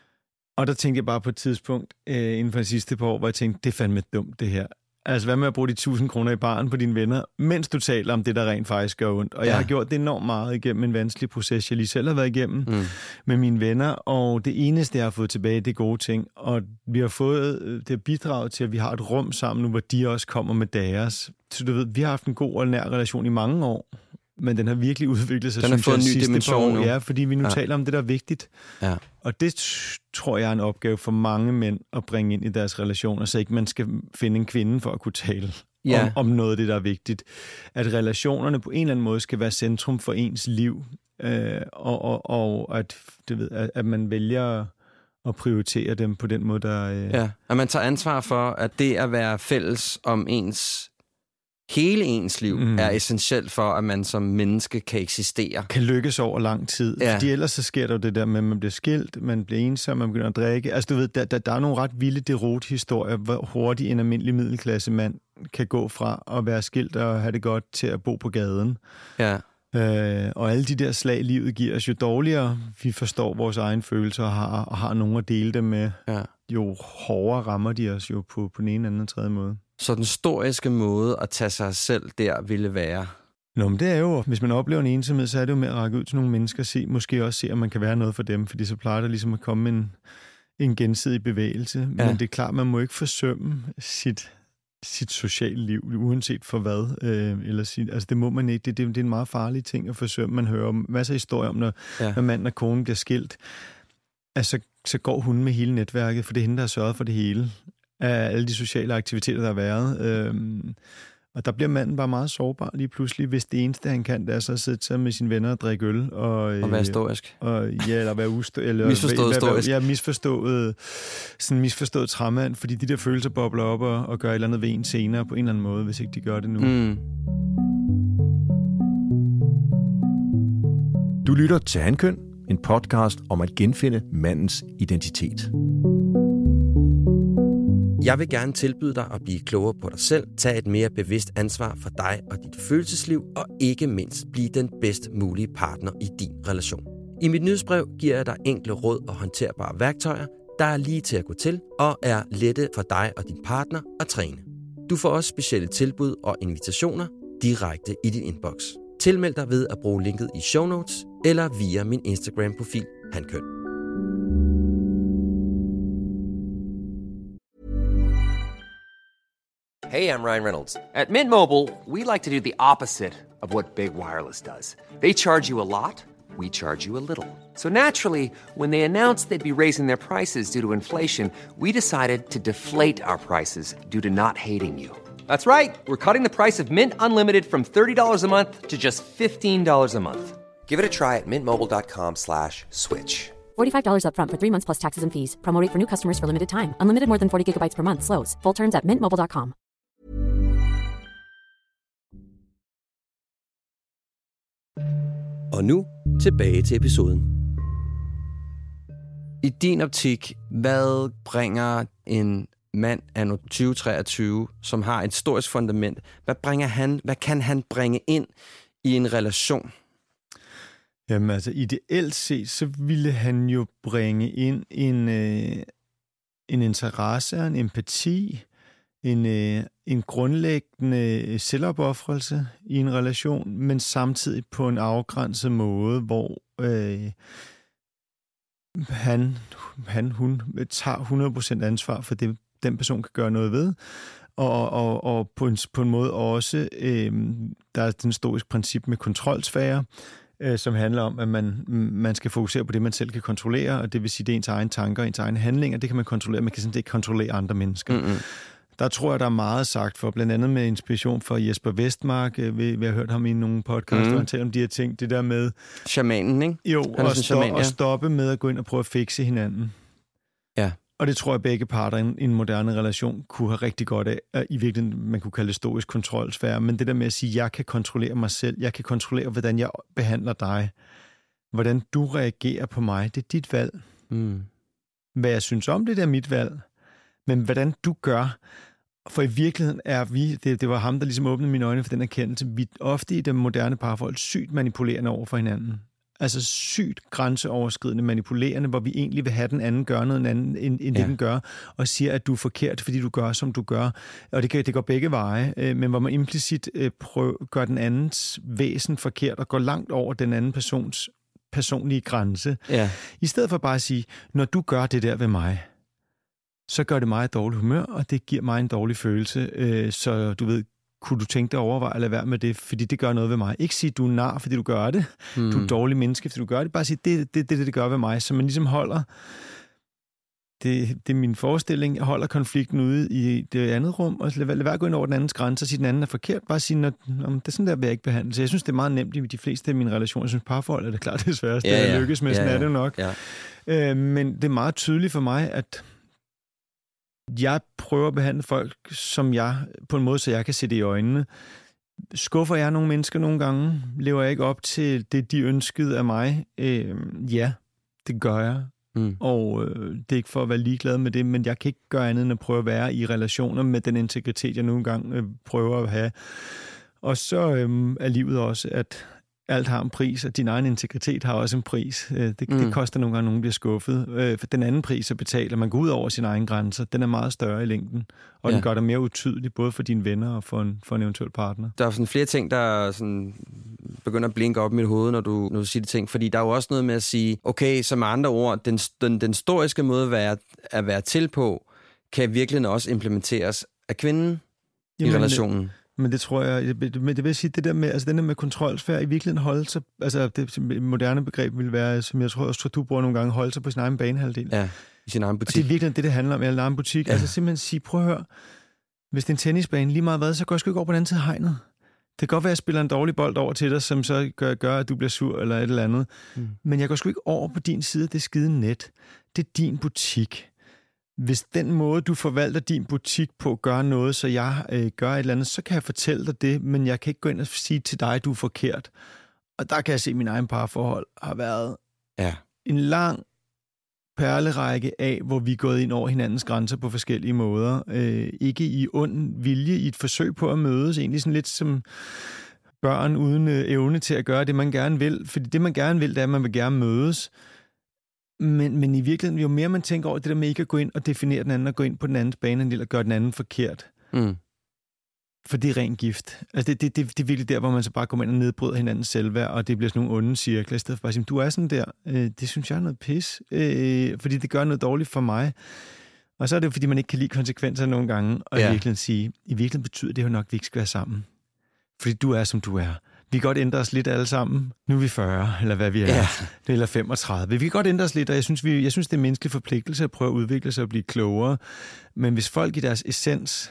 Speaker 4: Og der tænkte jeg bare på et tidspunkt øh, inden for de sidste par år, hvor jeg tænkte, det er fandme dumt det her. Altså, hvad med at bruge de tusind kroner i baren på dine venner, mens du taler om det, der rent faktisk gør ondt. Og ja. jeg har gjort det enormt meget igennem en vanskelig proces, jeg lige selv har været igennem mm. med mine venner, og det eneste, jeg har fået tilbage, det er gode ting. Og vi har fået det bidrag til, at vi har et rum sammen nu, hvor de også kommer med deres. Så du ved, vi har haft en god og nær relation i mange år, men den har virkelig udviklet sig,
Speaker 3: den har fået en ny dimension nu.
Speaker 4: Ja, fordi vi nu ja. taler om det, der er vigtigt.
Speaker 3: Ja.
Speaker 4: Og det tror jeg er en opgave for mange mænd at bringe ind i deres relationer, så ikke man skal finde en kvinde for at kunne tale ja. om, om noget af det, der er vigtigt. At relationerne på en eller anden måde skal være centrum for ens liv, øh, og, og, og at, det ved, at, at man vælger at prioritere dem på den måde, der... Øh...
Speaker 3: Ja, at man tager ansvar for, at det at være fælles om ens hele ens liv
Speaker 4: Mm.
Speaker 3: er essentielt for, at man som menneske kan eksistere.
Speaker 4: Kan lykkes over lang tid.
Speaker 3: Ja.
Speaker 4: Fordi ellers så sker der jo det der med, at man bliver skilt, man bliver ensom, man begynder at drikke. Altså du ved, der, der, der er nogle ret vilde derot-historier, hvor hurtigt en almindelig middelklasse mand kan gå fra at være skilt og have det godt til at bo på gaden.
Speaker 3: Ja.
Speaker 4: Øh, og alle de der slag, livet giver os, jo dårligere vi forstår vores egne følelser og har, og har nogen at dele dem med,
Speaker 3: Ja.
Speaker 4: jo hårdere rammer de os jo på, på den ene, anden og tredje måde.
Speaker 3: Så den stoiske måde at tage sig selv der ville være...
Speaker 4: Nå, men det er jo, hvis man oplever en ensomhed, så er det jo med at række ud til nogle mennesker og se, måske også se, om man kan være noget for dem, fordi så plejer der ligesom at komme en, en gensidig bevægelse. Ja. Men det er klart, man må ikke forsømme sit, sit sociale liv, uanset for hvad. Øh, eller sit, altså det må man ikke. Det, det, det er en meget farlig ting at forsømme. Man hører masser af historier om, når, ja. når manden og konen bliver skilt. Altså, så går hun med hele netværket, for det er hende, der har sørget for det hele. Af alle de sociale aktiviteter, der har været. Øhm, og der bliver manden bare meget sårbar lige pludselig, hvis det eneste, han kan, det er så at sidde sammen med sine venner og drikke øl. Og,
Speaker 3: og være stoisk.
Speaker 4: Og, ja, eller være ustå, eller
Speaker 3: misforstået
Speaker 4: være,
Speaker 3: stoisk.
Speaker 4: Ja, misforstået, sådan misforstået træmand, fordi de der følelser bobler op og, og gør et eller andet ved en senere på en eller anden måde, hvis ikke de gør det nu.
Speaker 3: Mm.
Speaker 5: Du lytter til Hankøn, en podcast om at genfinde mandens identitet.
Speaker 3: Jeg vil gerne tilbyde dig at blive klogere på dig selv, tage et mere bevidst ansvar for dig og dit følelsesliv, og ikke mindst blive den bedst mulige partner i din relation. I mit nyhedsbrev giver jeg dig enkle råd og håndterbare værktøjer, der er lige til at gå til og er lette for dig og din partner at træne. Du får også specielle tilbud og invitationer direkte i din inbox. Tilmeld dig ved at bruge linket i show notes eller via min Instagram-profil Hankøn.
Speaker 1: Hey, I'm Ryan Reynolds. At Mint Mobile, we like to do the opposite of what Big Wireless does. They charge you a lot, we charge you a little. So naturally, when they announced they'd be raising their prices due to inflation, we decided to deflate our prices due to not hating you. That's right. We're cutting the price of Mint Unlimited from thirty dollars a month to just fifteen dollars a month. Give it a try at mintmobile.com slash switch.
Speaker 2: forty-five dollars up front for three months plus taxes and fees. Promo rate for new customers for limited time. Unlimited more than forty gigabytes per month slows. Full terms at mint mobile dot com.
Speaker 3: Og nu tilbage til episoden. I din optik, hvad bringer en mand anno tyve treogtyve, som har et historisk fundament, hvad bringer han, hvad kan han bringe ind i en relation?
Speaker 4: Jamen altså, ideelt set, så ville han jo bringe ind en, øh, en interesse, en empati, en, øh, en grundlæggende selvopoffrelse i en relation, men samtidig på en afgrænset måde, hvor øh, han, han, hun tager hundrede procent ansvar for det, den person kan gøre noget ved, og, og, og på, en, på en måde også, øh, der er den stoiske princip med kontrolsfære, øh, som handler om, at man, man skal fokusere på det, man selv kan kontrollere, og det vil sige, det er ens egen tanker, ens egne handlinger, det kan man kontrollere, man kan sådan ikke kontrollere andre mennesker. Mm-hmm. Der tror jeg, der er meget sagt for, blandt andet med inspiration fra Jesper Vestmark. Vi, vi har hørt ham i nogle podcasts, mm. han taler om de her ting. Det der med...
Speaker 3: Shamanen, ikke?
Speaker 4: Jo, og, stop, shaman, ja. og stoppe med at gå ind og prøve at fikse hinanden.
Speaker 3: Ja.
Speaker 4: Og det tror jeg, begge parter i en moderne relation kunne have rigtig godt af. I virkeligheden, man kunne kalde det stoisk kontrolsfære. Men det der med at sige, jeg kan kontrollere mig selv. Jeg kan kontrollere, hvordan jeg behandler dig. Hvordan du reagerer på mig. Det er dit valg. Mm. Hvad jeg synes om det, det er mit valg. Men hvordan du gør... For i virkeligheden er vi, det, det var ham, der ligesom åbnede mine øjne for den erkendelse, vi er ofte i det moderne parforhold sygt manipulerende over for hinanden. Altså sygt grænseoverskridende manipulerende, hvor vi egentlig vil have den anden gøre noget andet, end, end ja. det den gør, og siger, at du er forkert, fordi du gør, som du gør. Og det, kan, det går begge veje, øh, men hvor man implicit øh, prøver, gør den andens væsen forkert, og går langt over den anden persons personlige grænse. Ja. I stedet for bare at sige, når du gør det der ved mig, så gør det mig et dårligt humør, og det giver mig en dårlig følelse. Øh, så du ved, kunne du tænke dig at overveje at lade være med det, fordi det gør noget ved mig. Ikke sige, du er nar, fordi du gør det. Mm. Du er et dårligt menneske, fordi du gør det. Bare sige, det er det, det, det, det gør ved mig. Så man ligesom holder, det, det er min forestilling, jeg holder konflikten ude i det andet rum, og lad, lad være at gå ind over den andens grænse, og sige, den anden er forkert. Bare sige, når, det er sådan der, vil jeg ikke behandle. Så jeg synes, det er meget nemt i de fleste af mine relationer. Jeg synes, parforhold er det klart det sværeste, ja, ja. at lykkes med, sådan ja, ja. er det jo nok. Ja. Øh, men det er meget tydeligt for mig, at Jeg prøver at behandle folk, som jeg, på en måde, så jeg kan se det i øjnene. Skuffer jeg nogle mennesker nogle gange? Lever jeg ikke op til det, de ønskede af mig? Øh, ja, det gør jeg. Mm. Og øh, det er ikke for at være ligeglad med det, men jeg kan ikke gøre andet end at prøve at være i relationer med den integritet, jeg nogle gange øh, prøver at have. Og så øh, er livet også, at alt har en pris, og din egen integritet har også en pris. Det, mm. det koster nogle gange, at nogen bliver skuffet. For den anden pris at betale, at man går ud over sine egne grænser, den er meget større i længden. Og ja. Den gør dig mere utydelig, både for dine venner og for en, for en eventuel partner.
Speaker 3: Der er sådan flere ting, der sådan begynder at blinke op i mit hoved, når du, når du siger de ting. Fordi der er jo også noget med at sige, okay, så med andre ord, den, den, den historiske måde at være, at være til på, kan virkelig også implementeres af kvinden Jamen, i relationen.
Speaker 4: Men det tror jeg, men det vil sige, det der med, altså den der med kontrolsfærd i virkeligheden holde sig, altså det moderne begreb vil være, som jeg tror også, du bruger nogle gange, holde sig på sin egen banehalvdel.
Speaker 3: Ja, i sin egen butik.
Speaker 4: Og det er virkelig det, det handler om, eller en butik. Ja. Altså simpelthen sige, prøv at høre, hvis det er en tennisbane, lige meget hvad, så går jeg sgu ikke over på den anden side af hegnet. Det kan godt være, at jeg spiller en dårlig bold over til dig, som så gør, gør at du bliver sur eller et eller andet. Mm. Men jeg går sgu ikke over på din side af det skide net. Det er din butik. Hvis den måde, du forvalter din butik på, gør noget, så jeg øh, gør et eller andet, så kan jeg fortælle dig det, men jeg kan ikke gå ind og sige til dig, at du er forkert. Og der kan jeg se, at min egen parforhold har været
Speaker 3: ja.
Speaker 4: en lang perlerække af, hvor vi er gået ind over hinandens grænser på forskellige måder. Øh, ikke i ond vilje, i et forsøg på at mødes, egentlig sådan lidt som børn uden øh, evne til at gøre det, man gerne vil. Fordi det, man gerne vil, det er, at man vil gerne mødes. Men, men i virkeligheden, jo mere man tænker over det der med ikke at gå ind og definere den anden, og gå ind på den andens bane, eller gøre den anden forkert. Mm. For det er ren gift. Altså det, det, det, det er virkelig der, hvor man så bare kommer ind og nedbryder hinandens selvværd, og det bliver sådan nogle onde cirkler, i stedet for bare at sige, du er sådan der, øh, det synes jeg er noget pis, øh, fordi det gør noget dårligt for mig. Og så er det jo, fordi man ikke kan lide konsekvenser nogle gange, og ja. i virkeligheden sige, i virkeligheden betyder det jo nok, at vi ikke skal være sammen. Fordi du er, som du er. Vi kan godt ændre os lidt alle sammen. Nu er vi fyrre, eller hvad vi er. Ja. Eller femogtredive. Vi kan godt ændre os lidt, og jeg synes, vi, jeg synes det er en menneskelig forpligtelse at prøve at udvikle sig og blive klogere. Men hvis folk i deres essens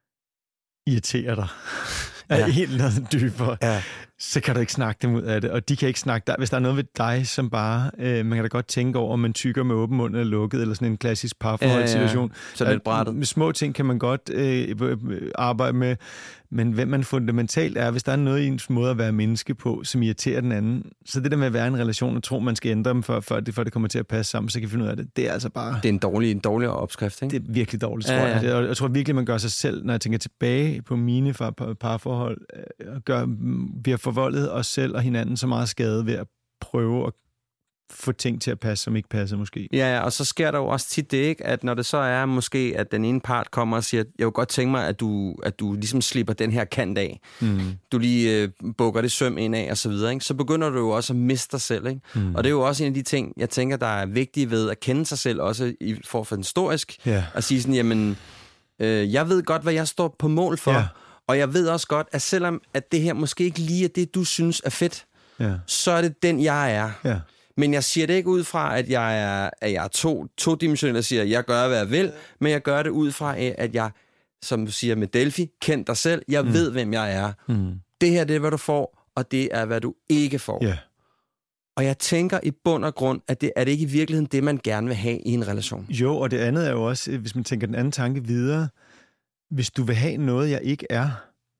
Speaker 4: irriterer dig, er ja. helt noget dybere, ja. så kan du ikke snakke dem ud af det. Og de kan ikke snakke dig. Hvis der er noget ved dig, som bare, øh, man kan da godt tænke over, om man tykker med åben mund eller lukket, eller sådan en klassisk parforholdssituation. Ja, ja.
Speaker 3: Så lidt brættet.
Speaker 4: Med små ting kan man godt øh, arbejde med, men hvem man fundamentalt er, hvis der er noget i ens måde at være menneske på, som irriterer den anden, så det der med at være i en relation og tro, man skal ændre dem, for, for, det, for det kommer til at passe sammen, så kan vi finde ud af det. Det er altså bare... Det
Speaker 3: er en dårlig, en dårligere opskrift, ikke?
Speaker 4: Det er virkelig dårligt, tror ja, ja. jeg. Og jeg tror virkelig, man gør sig selv, når jeg tænker tilbage på mine parforhold, gør, vi har forvoldet os selv og hinanden så meget skade ved at prøve at få ting til at passe, som ikke passer måske.
Speaker 3: Ja, ja, og så sker der jo også tit det, ikke? At når det så er måske, at den ene part kommer og siger, jeg vil godt tænke mig, at du, at du ligesom slipper den her kant af. Mm. Du lige øh, bukker det søm ind af, og så videre, ikke? Så begynder du jo også at miste dig selv, ikke? Mm. Og det er jo også en af de ting, jeg tænker, der er vigtige ved at kende sig selv, også i, for for historisk, yeah. at sige sådan, jamen, øh, jeg ved godt, hvad jeg står på mål for, yeah. og jeg ved også godt, at selvom at det her måske ikke lige er det, du synes er fedt, yeah. så er det den, jeg er. Yeah. Men jeg siger det ikke ud fra, at jeg er, at jeg er to, to-dimensionel og siger, at jeg gør, hvad jeg vil, men jeg gør det ud fra, at jeg, som du siger med Delphi, kend dig selv, jeg mm. ved, hvem jeg er. Mm. Det her, det er, hvad du får, og det er, hvad du ikke får. Yeah. Og jeg tænker i bund og grund, at det er det ikke i virkeligheden det, man gerne vil have i en relation.
Speaker 4: Jo, og det andet er jo også, hvis man tænker den anden tanke videre, hvis du vil have noget, jeg ikke er,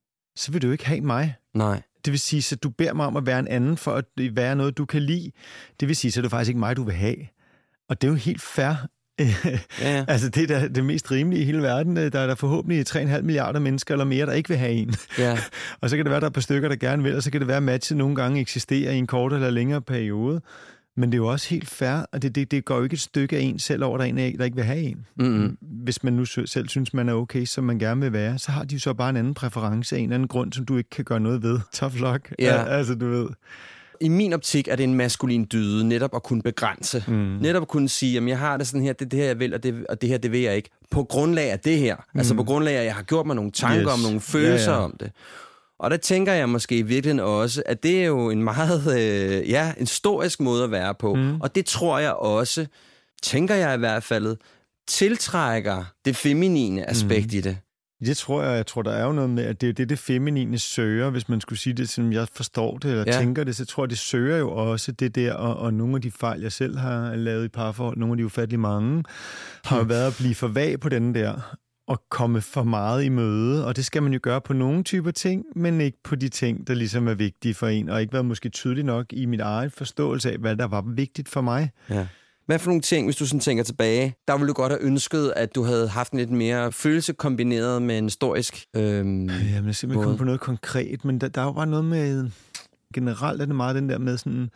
Speaker 4: så vil du ikke have mig.
Speaker 3: Nej.
Speaker 4: Det vil sige, at du beder mig om at være en anden, for at være noget, du kan lide. Det vil sige, så er det faktisk ikke mig, du vil have. Og det er jo helt fair. Ja, ja. Altså, det er det mest rimelige i hele verden. Der er der forhåbentlig tre komma fem milliarder mennesker eller mere, der ikke vil have en. Ja. Og så kan det være, der er et par stykker, der gerne vil, og så kan det være, at matchet nogle gange eksisterer i en kort eller længere periode. Men det er jo også helt fair, og det, det, det går jo ikke et stykke af en selv over, der er en af, der ikke vil have en. Mm-hmm. Hvis man nu selv synes, man er okay, som man gerne vil være, så har de jo så bare en anden præference af en eller anden grund, som du ikke kan gøre noget ved. Tough luck. Ja. Altså, du ved.
Speaker 3: I min optik er det en maskulin dyde, netop at kunne begrænse. Mm. Netop at kunne sige, at jeg har det sådan her, det er det her, jeg vil, og det, og det her, det vil jeg ikke. På grundlag af det her. Mm. Altså på grundlag af, at jeg har gjort mig nogle tanker yes. om, nogle følelser ja, ja. om det. Og der tænker jeg måske i virkeligheden også, at det er jo en meget, øh, ja, en historisk måde at være på. Mm. Og det tror jeg også, tænker jeg i hvert fald, tiltrækker det feminine aspekt mm. i det.
Speaker 4: Det tror jeg. Jeg tror, der er jo noget med, at det er det, det feminine søger, hvis man skulle sige det, som jeg forstår det, eller ja. tænker det, så tror jeg, det søger jo også det der, og, og nogle af de fejl, jeg selv har lavet i parforhold, nogle af de ufattelig mange, har jo været at blive for vag på den der, og komme for meget i møde, og det skal man jo gøre på nogle typer ting, men ikke på de ting, der ligesom er vigtige for en, og ikke været måske tydelig nok i mit eget forståelse af, hvad der var vigtigt for mig.
Speaker 3: Ja. Hvad for nogle ting, hvis du sådan tænker tilbage, der ville du godt have ønsket, at du havde haft en lidt mere følelse kombineret med en historisk øhm,
Speaker 4: Jamen, jeg er simpelthen kommet på noget konkret, men der, der er jo bare noget med, generelt er det meget den der med sådan,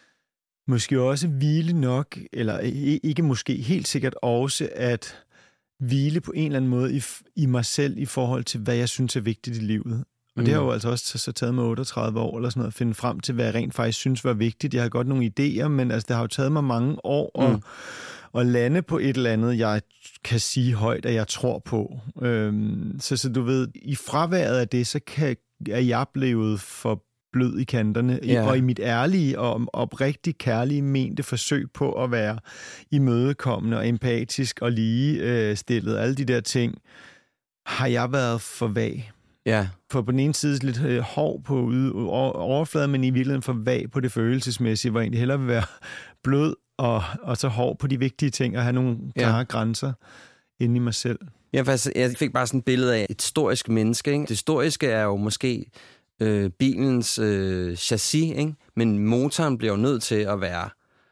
Speaker 4: måske også hvile nok, eller ikke måske, helt sikkert også, at hvile på en eller anden måde i, i mig selv i forhold til, hvad jeg synes er vigtigt i livet. Og mm. det har jo altså også så taget mig otteogtredive år eller sådan noget, at finde frem til, hvad jeg rent faktisk synes var vigtigt. Jeg har godt nogle idéer, men altså, det har jo taget mig mange år mm. at, at lande på et eller andet, jeg kan sige højt, at jeg tror på. Øhm, så, så du ved, i fraværet af det, så kan, er jeg blevet for blød i kanterne, ja. og i mit ærlige og oprigtigt kærlige mente forsøg på at være imødekommende og empatisk og ligestillet, alle de der ting, har jeg været for vag.
Speaker 3: Ja.
Speaker 4: For på den ene side lidt øh, hård på ude, overfladen, men i virkeligheden for vag på det følelsesmæssige, hvor jeg egentlig hellere vil være blød og, og så hård på de vigtige ting og have nogle klare ja. grænser inde i mig selv.
Speaker 3: Ja, faktisk, jeg fik bare sådan et billede af et historisk menneske. Ikke? Det historiske er jo måske øh, bilens øh, chassis, ikke? Men motoren bliver jo nødt til at være,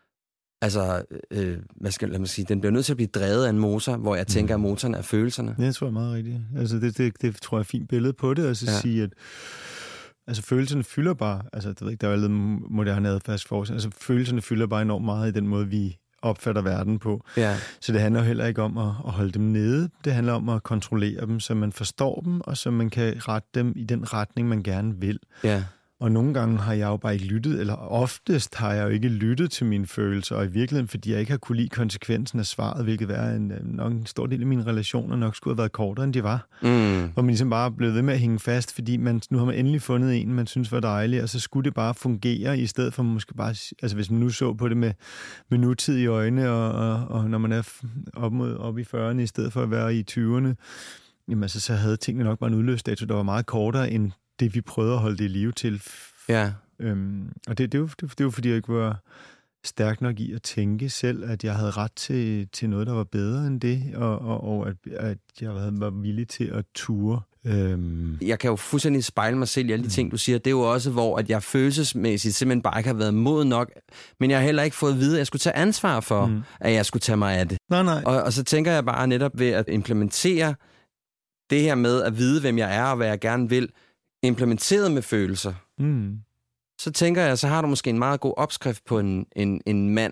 Speaker 3: altså, øh, hvad skal lad mig sige, den bliver nødt til at blive drevet af en motor, hvor jeg tænker, at motoren er følelserne.
Speaker 4: Ja, det tror jeg er meget rigtigt. Altså, det, det, det tror jeg er et fint billede på det, og så ja. sige, at altså, følelserne fylder bare, altså, det ved ikke, der er jo lidt moderne adfærdsforskning, altså, følelserne fylder bare enormt meget i den måde, vi opfatter verden på. Ja. Så det handler heller ikke om at, at holde dem nede. Det handler om at kontrollere dem, så man forstår dem, og så man kan rette dem i den retning, man gerne vil. Ja. Og nogle gange har jeg jo bare ikke lyttet, eller oftest har jeg jo ikke lyttet til mine følelser, og i virkeligheden, fordi jeg ikke har kunne lide konsekvensen af svaret, hvilket er en, nok en stor del af mine relationer nok skulle have været kortere, end de var. Mm. Hvor man ligesom bare er blevet ved med at hænge fast, fordi man, nu har man endelig fundet en, man synes var dejlig, og så skulle det bare fungere, i stedet for måske bare, altså hvis man nu så på det med, med nutid i øjnene, og, og, og når man er op, mod, op i fyrrerne, i stedet for at være i tyverne, jamen altså, så havde tingene nok bare en udløbsdato, der var meget kortere end det, vi prøvede at holde det i live til. Ja. Øhm, og det, det, er jo, det, det er jo, fordi jeg ikke var stærk nok i at tænke selv, at jeg havde ret til, til noget, der var bedre end det, og, og, og at, at jeg var villig til at ture. Øhm.
Speaker 3: Jeg kan jo fuldstændig spejle mig selv i alle de ting, du siger. Det er jo også, hvor at jeg følelsesmæssigt simpelthen bare ikke har været moden nok, men jeg har heller ikke fået at vide, at jeg skulle tage ansvar for, mm. at jeg skulle tage mig af det.
Speaker 4: Nej, nej.
Speaker 3: Og, og så tænker jeg bare netop ved at implementere det her med at vide, hvem jeg er og hvad jeg gerne vil, implementeret med følelser, mm. så tænker jeg, så har du måske en meget god opskrift på en, en, en mand,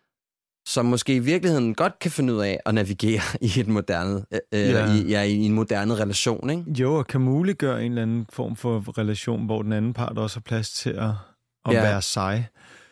Speaker 3: som måske i virkeligheden godt kan finde ud af at navigere i et moderne, øh, ja. I, ja, i en moderne relation, ikke?
Speaker 4: Jo, og kan muliggøre en eller anden form for relation, hvor den anden part også har plads til at, at ja. være sig,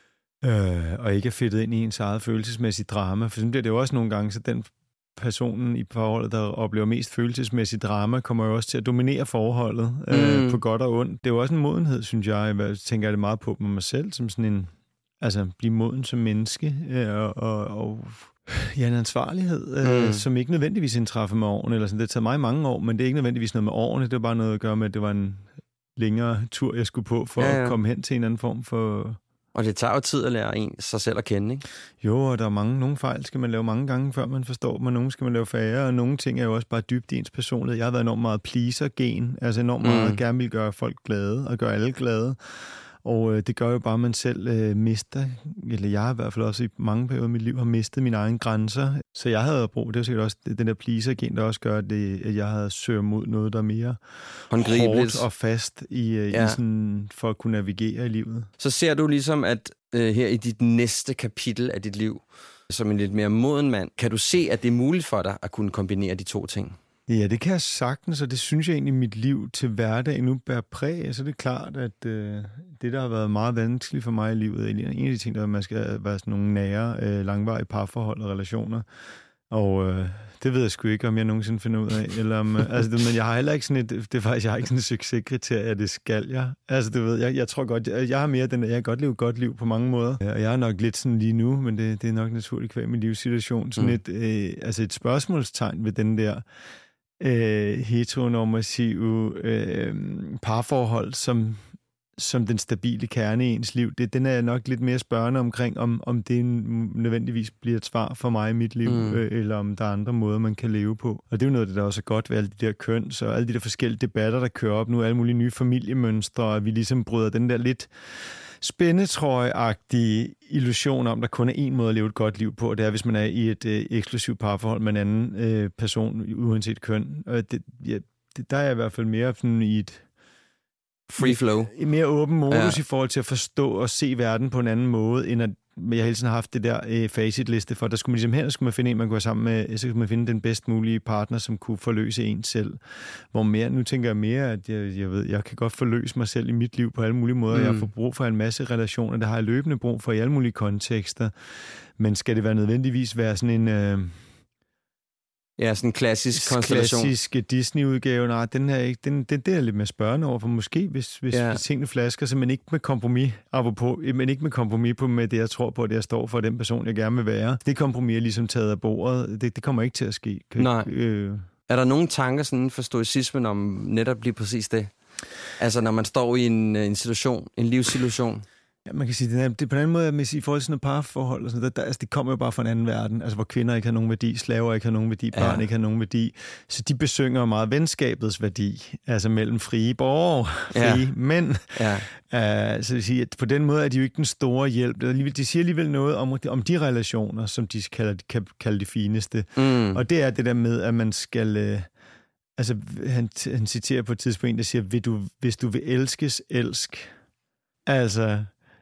Speaker 4: øh, og ikke er fedtet ind i ens eget følelsesmæssige drama. For så bliver det jo også nogle gange, så den personen i forholdet, der oplever mest følelsesmæssigt drama, kommer jo også til at dominere forholdet mm. øh, på godt og ondt. Det er jo også en modenhed, synes jeg. Jeg tænker det meget på med mig selv, som sådan en, altså blive moden som menneske, øh, og, og, og ja, en ansvarlighed, øh, mm. som ikke nødvendigvis indtræffer med årene, eller sådan. Det har taget mig mange år, men det er ikke nødvendigvis noget med årene. Det var bare noget at gøre med, at det var en længere tur, jeg skulle på, for ja, ja. at komme hen til en anden form for...
Speaker 3: Og det tager jo tid at lære en sig selv at kende, ikke?
Speaker 4: Jo, og der er mange, nogle fejl skal man lave mange gange, før man forstår dem, og nogle skal man lave færre, og nogle ting er jo også bare dybt i ens personlighed. Jeg har været enormt meget pleaser-gen, altså enormt mm. meget gerne vil gøre folk glade, og gøre alle glade. Og øh, det gør jo bare, at man selv øh, mister, eller jeg har i hvert fald også i mange perioder i mit liv har mistet mine egne grænser. Så jeg havde brug, det er sikkert også den der pleaser-gen, der også gør, det, at jeg havde søgt mod noget, der er mere hårdt og fast i, øh, ja. i sådan, for at kunne navigere i livet.
Speaker 3: Så ser du ligesom, at øh, her i dit næste kapitel af dit liv, som en lidt mere moden mand, kan du se, at det er muligt for dig at kunne kombinere de to ting?
Speaker 4: Ja, det kan jeg sagtens, og det synes jeg egentlig, mit liv til hverdag nu bærer præg. Så det er klart, at øh, det, der har været meget vanskeligt for mig i livet, er en af de ting, der er, at man skal være sådan nogle nære, øh, langvarige parforhold og relationer. Og øh, det ved jeg sgu ikke, om jeg nogensinde finder ud af. Eller om, øh, altså, det, men jeg har heller ikke sådan et, det er faktisk, jeg har ikke sådan et succeskriterie, at det skal jeg. Altså, du ved, jeg, jeg tror godt, jeg, jeg har mere den, jeg kan godt leve et godt liv på mange måder. Og jeg er nok lidt sådan lige nu, men det, det er nok naturligt kvæg min livssituation. Sådan mm. et, øh, altså et spørgsmålstegn ved den der, øh, heteronormative øh, parforhold som, som den stabile kerne i ens liv. Det, den er jeg nok lidt mere spørgende omkring, om, om det nødvendigvis bliver et svar for mig i mit liv, mm. øh, eller om der er andre måder, man kan leve på. Og det er jo noget, der også er godt ved alle de der køn, så alle de der forskellige debatter, der kører op nu, alle mulige nye familiemønstre, og vi ligesom bryder den der lidt spændetrøje-agtige illusion om, der kun er én måde at leve et godt liv på, og det er, hvis man er i et øh, eksklusivt parforhold med en anden øh, person, uanset køn. Og det, ja, det, der er jeg i hvert fald mere sådan i et
Speaker 3: free flow.
Speaker 4: I mere åben modus ja.
Speaker 3: Ja.
Speaker 4: I forhold til at forstå og se verden på en anden måde, end at jeg hele tiden har haft det der øh, facitliste for, der skulle man ligesom hen, og skulle man finde en, man kunne være sammen med, så skulle man finde den bedst mulige partner, som kunne forløse en selv. Hvor mere, nu tænker jeg mere, at jeg, jeg ved, jeg kan godt forløse mig selv i mit liv på alle mulige måder. Mm. Jeg får brug for en masse relationer, det har jeg løbende brug for i alle mulige kontekster. Men skal det være nødvendigvis være sådan en... Øh,
Speaker 3: Ja, sådan en klassisk konstellation.
Speaker 4: Klassisk Disney-udgave. Nej, den her ikke. Den, den der er lidt mere spørgende over, for måske, hvis, hvis,
Speaker 3: ja.
Speaker 4: hvis tingene flasker sig, men ikke med kompromis, apropos, men ikke med kompromis på med det, jeg tror på, det jeg står for, den person, jeg gerne vil være. Det kompromis er ligesom taget af bordet. Det, det kommer ikke til at ske. Kan,
Speaker 3: Nej.
Speaker 4: Øh...
Speaker 3: Er der nogle tanker sådan for stoicismen om netop lige præcis det? Altså, når man står i en, en situation, en livssituation?
Speaker 4: Ja, man kan sige, det er, det er på en anden måde, at i forhold til sådan et parforhold, og sådan noget, der, altså, det kommer jo bare fra en anden verden, altså hvor kvinder ikke har nogen værdi, slaver ikke har nogen værdi, børn ja. ikke har nogen værdi. Så de besynger meget venskabets værdi, altså mellem frie borgere, frie ja. mænd. Ja. Uh, så det siger, at på den måde er de jo ikke den store hjælp. De siger alligevel noget om, om de relationer, som de kalder, kan kalde de fineste. Mm. Og det er det der med, at man skal... Uh, altså, han, han citerer på et tidspunkt, der siger, vil du, hvis du vil elskes, elsk. Altså...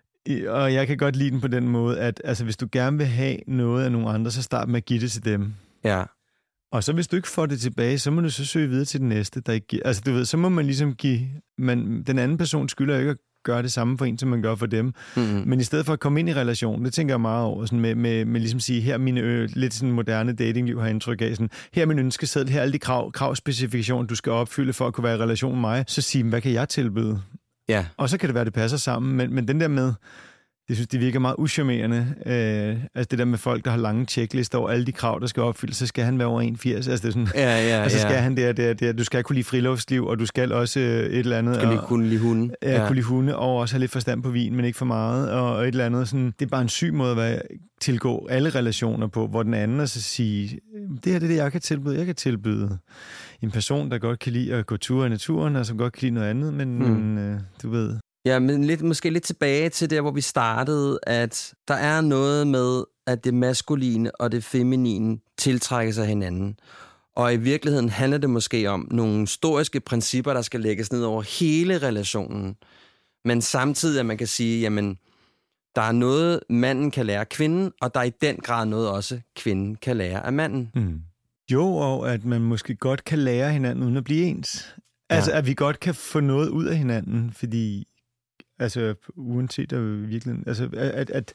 Speaker 4: Og jeg kan godt lide den på den måde, at altså, hvis du gerne vil have noget af nogle andre, så start med at give det til dem.
Speaker 3: Ja.
Speaker 4: Og så hvis du ikke får det tilbage, så må du så søge videre til den næste, der ikke giver. Altså du ved, så må man ligesom give... Man, den anden person skylder ikke at gøre det samme for en, som man gør for dem. Mm-hmm. Men i stedet for at komme ind i relationen, det tænker jeg meget over, sådan med, med, med ligesom sige, her mine ø, lidt sådan moderne datingliv har indtryk af, sådan, her er min ønskeseddel, her er alle de krav, kravspecifikationer, du skal opfylde for at kunne være i relation med mig. Så sige, hvad kan jeg tilbyde?
Speaker 3: Ja. Og
Speaker 4: så kan det være, det passer sammen, men, men den der med, jeg synes, det virker meget uschammerende. Øh, altså det der med folk, der har lange checklister over alle de krav, der skal opfyldes, så skal han være over en komma firs. Altså det er sådan,
Speaker 3: ja, ja,
Speaker 4: og så skal
Speaker 3: ja.
Speaker 4: han der, der, der, du skal kunne lide friluftsliv, og du skal også et eller andet.
Speaker 3: Du skal lige
Speaker 4: og,
Speaker 3: kunne lide hunde.
Speaker 4: Ja, ja, kunne lide hunde, og også have lidt forstand på vin, men ikke for meget, og, og et eller andet. Sådan, det er bare en syg måde at være, tilgå alle relationer på, hvor den anden er så sige, det her det er det, jeg kan tilbyde. Jeg kan tilbyde en person, der godt kan lide at gå tur i naturen, og som godt kan lide noget andet, men, hmm. men øh, du ved...
Speaker 3: Ja, men lidt, måske lidt tilbage til der, hvor vi startede, at der er noget med, at det maskuline og det feminine tiltrækker sig hinanden. Og i virkeligheden handler det måske om nogle historiske principper, der skal lægges ned over hele relationen. Men samtidig, at man kan sige, jamen, der er noget, manden kan lære af kvinden, og der er i den grad noget også, kvinden kan lære af manden.
Speaker 4: Mm. Jo, og at man måske godt kan lære hinanden uden at blive ens. Altså, ja. At vi godt kan få noget ud af hinanden, fordi... Altså, uanset af virkeligheden. Altså, at, at,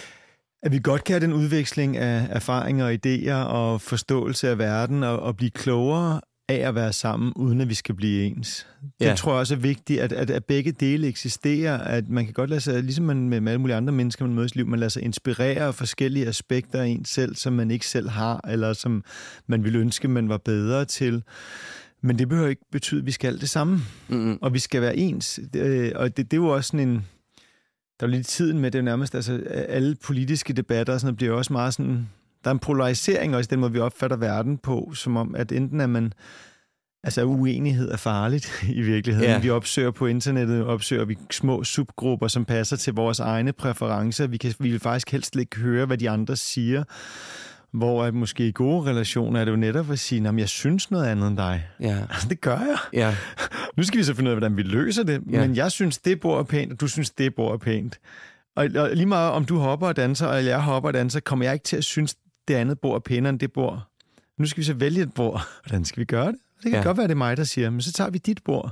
Speaker 4: at vi godt kan have den udveksling af erfaringer og idéer og forståelse af verden og, og blive klogere af at være sammen, uden at vi skal blive ens. Ja. Det tror jeg også er vigtigt, at, at, at begge dele eksisterer, at man kan godt lade sig, ligesom man med, med alle mulige andre mennesker, man mødes i liv, man lader sig inspirere af forskellige aspekter af en selv, som man ikke selv har, eller som man ville ønske, man var bedre til. Men det behøver ikke betyde, at vi skal det samme. Mm-hmm. Og vi skal være ens. Øh, og det, det er jo også sådan en... Der er lidt tiden med det nærmest. Altså, alle politiske debatter og sådan noget, bliver også meget sådan... Der er en polarisering også i den måde, vi opfatter verden på, som om, at enten er man... Altså, uenighed er farligt i virkeligheden. Yeah. Vi opsøger på internettet, opsøger vi små subgrupper, som passer til vores egne præferencer. Vi, kan, vi vil faktisk helst ikke høre, hvad de andre siger. Hvor at måske i gode relationer er det jo netop at sige, at jeg synes noget andet end dig. Ja. Altså, det gør jeg. Ja. Nu skal vi så finde ud af, hvordan vi løser det. Ja. Men jeg synes, det bord er pænt, og du synes, det bord er pænt. Og, og lige meget om du hopper og danser, og jeg hopper og danser, kommer jeg ikke til at synes, det andet bord er pænere end det bord. Nu skal vi så vælge et bord. Hvordan skal vi gøre det? Det kan ja. godt være, det er mig, der siger, men så tager vi dit bord.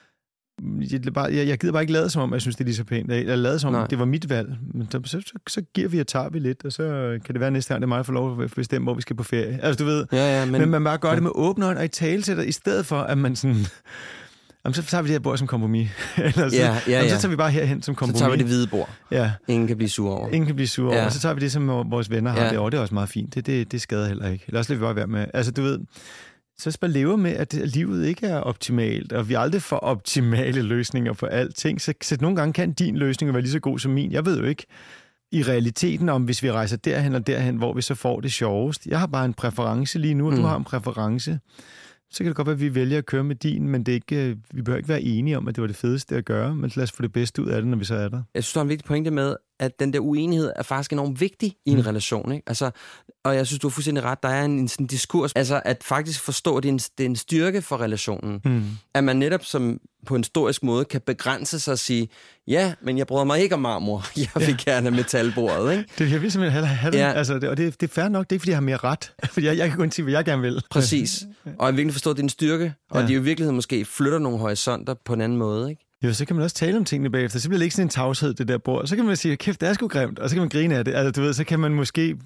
Speaker 4: Jeg, bare, jeg, jeg gider bare ikke lade som om, jeg synes, det er lige så pænt. Jeg lavede som om, Nej. det var mit valg. Men så, så, så, så giver vi og tager vi lidt, og så kan det være næste gang, det er mig, der får lov at bestemme, hvor vi skal på ferie. Altså, du ved. Ja, ja, men, men man bare gør ja. det med åbne øjne og i talesætter, i stedet for, at man sådan... Jamen, så tager vi det her bord som kompromis. Eller så, ja, ja, ja. Jamen, så tager vi bare herhen som kompromis.
Speaker 3: Så tager vi det hvide bord.
Speaker 4: Ja.
Speaker 3: Ingen kan blive sur over.
Speaker 4: Ingen kan blive sur over. Ja. Og så tager vi det, som vores venner har ja. det over. Det er også meget fint. Det, det, det skader heller ikke. Eller også lader vi bare være med. Altså, du ved... så bare lever med, at livet ikke er optimalt, og vi aldrig får optimale løsninger på alting. Så, så nogle gange kan din løsning være lige så god som min. Jeg ved jo ikke i realiteten om, hvis vi rejser derhen og derhen, hvor vi så får det sjovest. Jeg har bare en præference lige nu, og mm. du har en præference. Så kan det godt være, at vi vælger at køre med din, men det er ikke, vi behøver ikke være enige om, at det var det fedeste at gøre, men lad os få det bedste ud af det, når vi så er der. Jeg
Speaker 3: synes, der er en vigtig pointe med, at den der uenighed er faktisk enormt vigtig i en mm. relation. Ikke? Altså, og jeg synes, du har fuldstændig ret. Der er en, en sådan diskurs, altså at faktisk forstå, at det er en, det er en styrke for relationen. Mm. At man netop som på en historisk måde kan begrænse sig og sige, ja, men jeg bryder mig ikke om marmor. Jeg vil ja. gerne metalbordet. Ikke?
Speaker 4: Det, jeg vil simpelthen have det. Ja. Altså, det og det, det er fair nok. Det er ikke, fordi jeg har mere ret. Fordi jeg, jeg kan kun sige, hvad jeg gerne vil.
Speaker 3: Præcis. Og jeg virkelig forstå, at det er en styrke. Og ja. det er jo i virkeligheden måske flytter nogle horisonter på en anden måde. Ikke?
Speaker 4: Jo, så kan man også tale om tingene bagefter. Så bliver det ikke sådan en tavshed, det der bord. Så kan man sige, kæft, det er sgu grimt. Og så kan man grine af det. Altså, du ved, så kan man måske,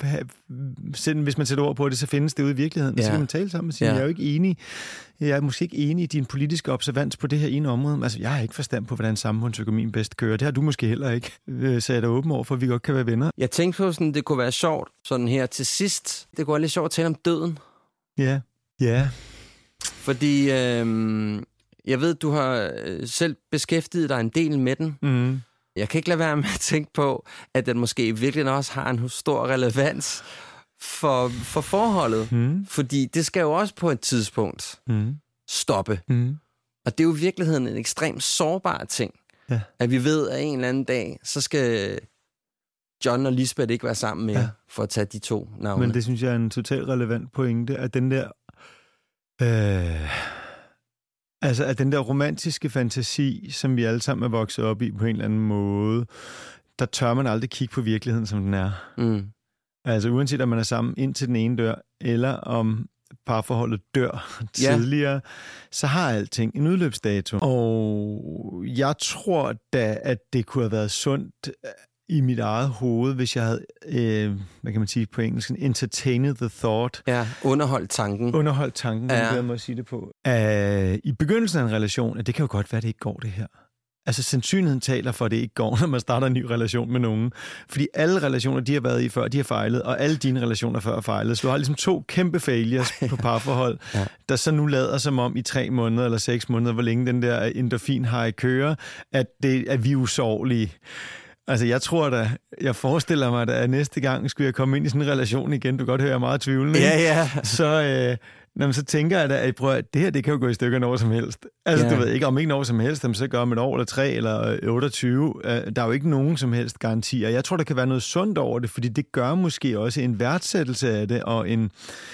Speaker 4: hvis man sætter ord på det, så findes det ude i virkeligheden. Ja. Så kan man tale sammen og sige, ja. jeg er jo ikke enig. Jeg er måske ikke enig i din politiske observans på det her ene område. Altså, jeg har ikke forstand på, hvordan samfundsøkonomien bedst kører. Det har du måske heller ikke. Så jeg er da åben over for, at vi godt kan være venner.
Speaker 3: Jeg tænkte på, sådan, det kunne være sjovt, sådan her til sidst. Det kunne være lidt sjovt at tale om døden.
Speaker 4: Ja, ja.
Speaker 3: Fordi øh, jeg ved, du har selv beskæftiget dig en del med den. Mm. Jeg kan ikke lade være med at tænke på, at den måske virkelig også har en stor relevans for, for forholdet. Mm. Fordi det skal jo også på et tidspunkt mm. stoppe. Mm. Og det er jo i virkeligheden en ekstremt sårbar ting. Ja. At vi ved, at en eller anden dag, så skal John og Lisbeth ikke være sammen mere, ja. for at tage de to navne.
Speaker 4: Men det synes jeg er en totalt relevant pointe, at den der... Øh, altså, at den der romantiske fantasi, som vi alle sammen er vokset op i på en eller anden måde, der tør man aldrig kigge på virkeligheden, som den er. Mm. Altså, uanset om man er sammen indtil den ene dør, eller om parforholdet dør tidligere, ja. så har alting en udløbsdato. Og jeg tror da, at det kunne have været sundt i mit eget hoved, hvis jeg havde, øh, hvad kan man sige på engelsk, entertained the thought.
Speaker 3: Ja, underholdt tanken.
Speaker 4: Underholdt tanken, ja. jeg må sige det på. Uh, I begyndelsen af en relation, at det kan jo godt være, at det ikke går det her. Altså, sandsynligheden taler for, at det ikke går, når man starter en ny relation med nogen. Fordi alle relationer, de har været i før, de har fejlet, og alle dine relationer før har fejlet. Så du har ligesom to kæmpe failures på parforhold, ja. der så nu lader som om i tre måneder eller seks måneder, hvor længe den der endorfin har i køre, at, det, at vi er usårlige. Altså, jeg tror da, jeg forestiller mig, at næste gang skulle jeg komme ind i sådan en relation igen. Du kan godt høre, jeg er meget tvivlende.
Speaker 3: Ja, ja.
Speaker 4: Så, øh, når man så tænker jeg da, at prøv, det her, det kan jo gå i stykker når som helst. Altså, ja. du ved ikke, om ikke når som helst, så gør om et år eller tre eller otteogtyve. Der er jo ikke nogen som helst garantier. Jeg tror, der kan være noget sundt over det, fordi det gør måske også en værdsættelse af det, og en...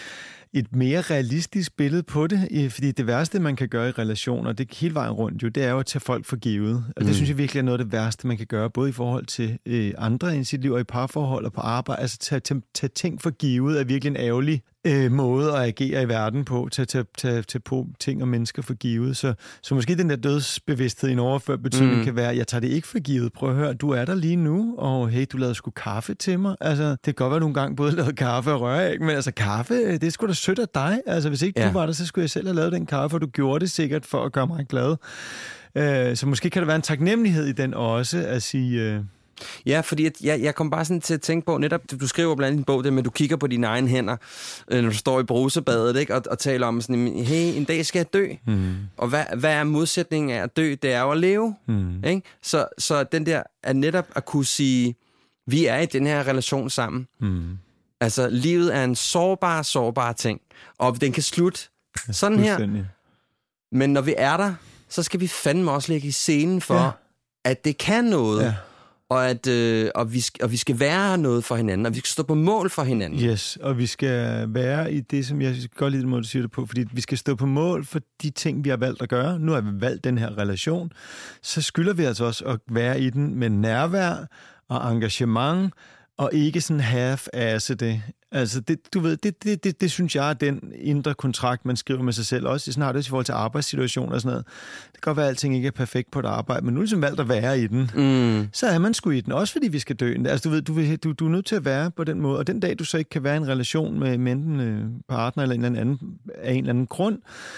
Speaker 4: et mere realistisk billede på det, fordi det værste, man kan gøre i relationer, det er hele vejen rundt jo, det er jo at tage folk for givet. Og det mm. synes jeg virkelig er noget af det værste, man kan gøre, både i forhold til øh, andre i sit liv, og i parforhold og på arbejde. Altså tage, tage, tage ting for givet er virkelig en ærgerlig øh, måde at agere i verden på, tage, tage, tage, tage på ting og mennesker for givet. Så, så måske den der dødsbevidsthed i en overført betydning mm. kan være, jeg tager det ikke for givet. Prøv at høre, du er der lige nu, og hey, du lavede sgu kaffe til mig. Altså, det kan godt være, nogle gange både lavet kaffe og røræg, men altså kaffe, det er sgu da sødt af dig. Altså, hvis ikke ja. du var der, så skulle jeg selv have lavet den kaffe, og du gjorde det sikkert for at gøre mig glad. Øh, så måske kan der være en taknemmelighed i den også, at sige... Øh...
Speaker 3: Ja, fordi jeg, jeg kom bare sådan til at tænke på, netop, du skriver blandt andet i din bog, det med, at du kigger på dine egne hænder, når du står i brusebadet, ikke? Og, og taler om sådan, hey, en dag skal jeg dø. Mm. Og hvad, hvad er modsætningen af at dø? Det er jo at leve. Mm. Ikke? Så, så den der, er netop at kunne sige, vi er i den her relation sammen. Mm. Altså, livet er en sårbar, sårbar ting. Og den kan slutte sådan her. Men når vi er der, så skal vi fandme også lægge i scenen for, ja. at det kan noget. Ja. Og, at, øh, og, vi skal, og vi skal være noget for hinanden, og vi skal stå på mål for hinanden.
Speaker 4: Yes, og vi skal være i det, som jeg godt lide den måde, du siger det på, fordi vi skal stå på mål for de ting, vi har valgt at gøre. Nu har vi valgt den her relation. Så skylder vi altså også at være i den med nærvær og engagement, og ikke sådan half-asse det. Altså, det, du ved, det, det, det, det synes jeg er den indre kontrakt, man skriver med sig selv. Også sådan har det også i forhold til arbejdssituationer og sådan noget. Det kan godt være, at alting ikke er perfekt på et arbejde, men nu er det ligesom valgt at være i den. Mm. Så er man sgu i den, også fordi vi skal dø. Altså, du ved, du, du, du er nødt til at være på den måde, og den dag, du så ikke kan være i en relation med, med enten øh, partner eller en eller anden, af en eller anden grund,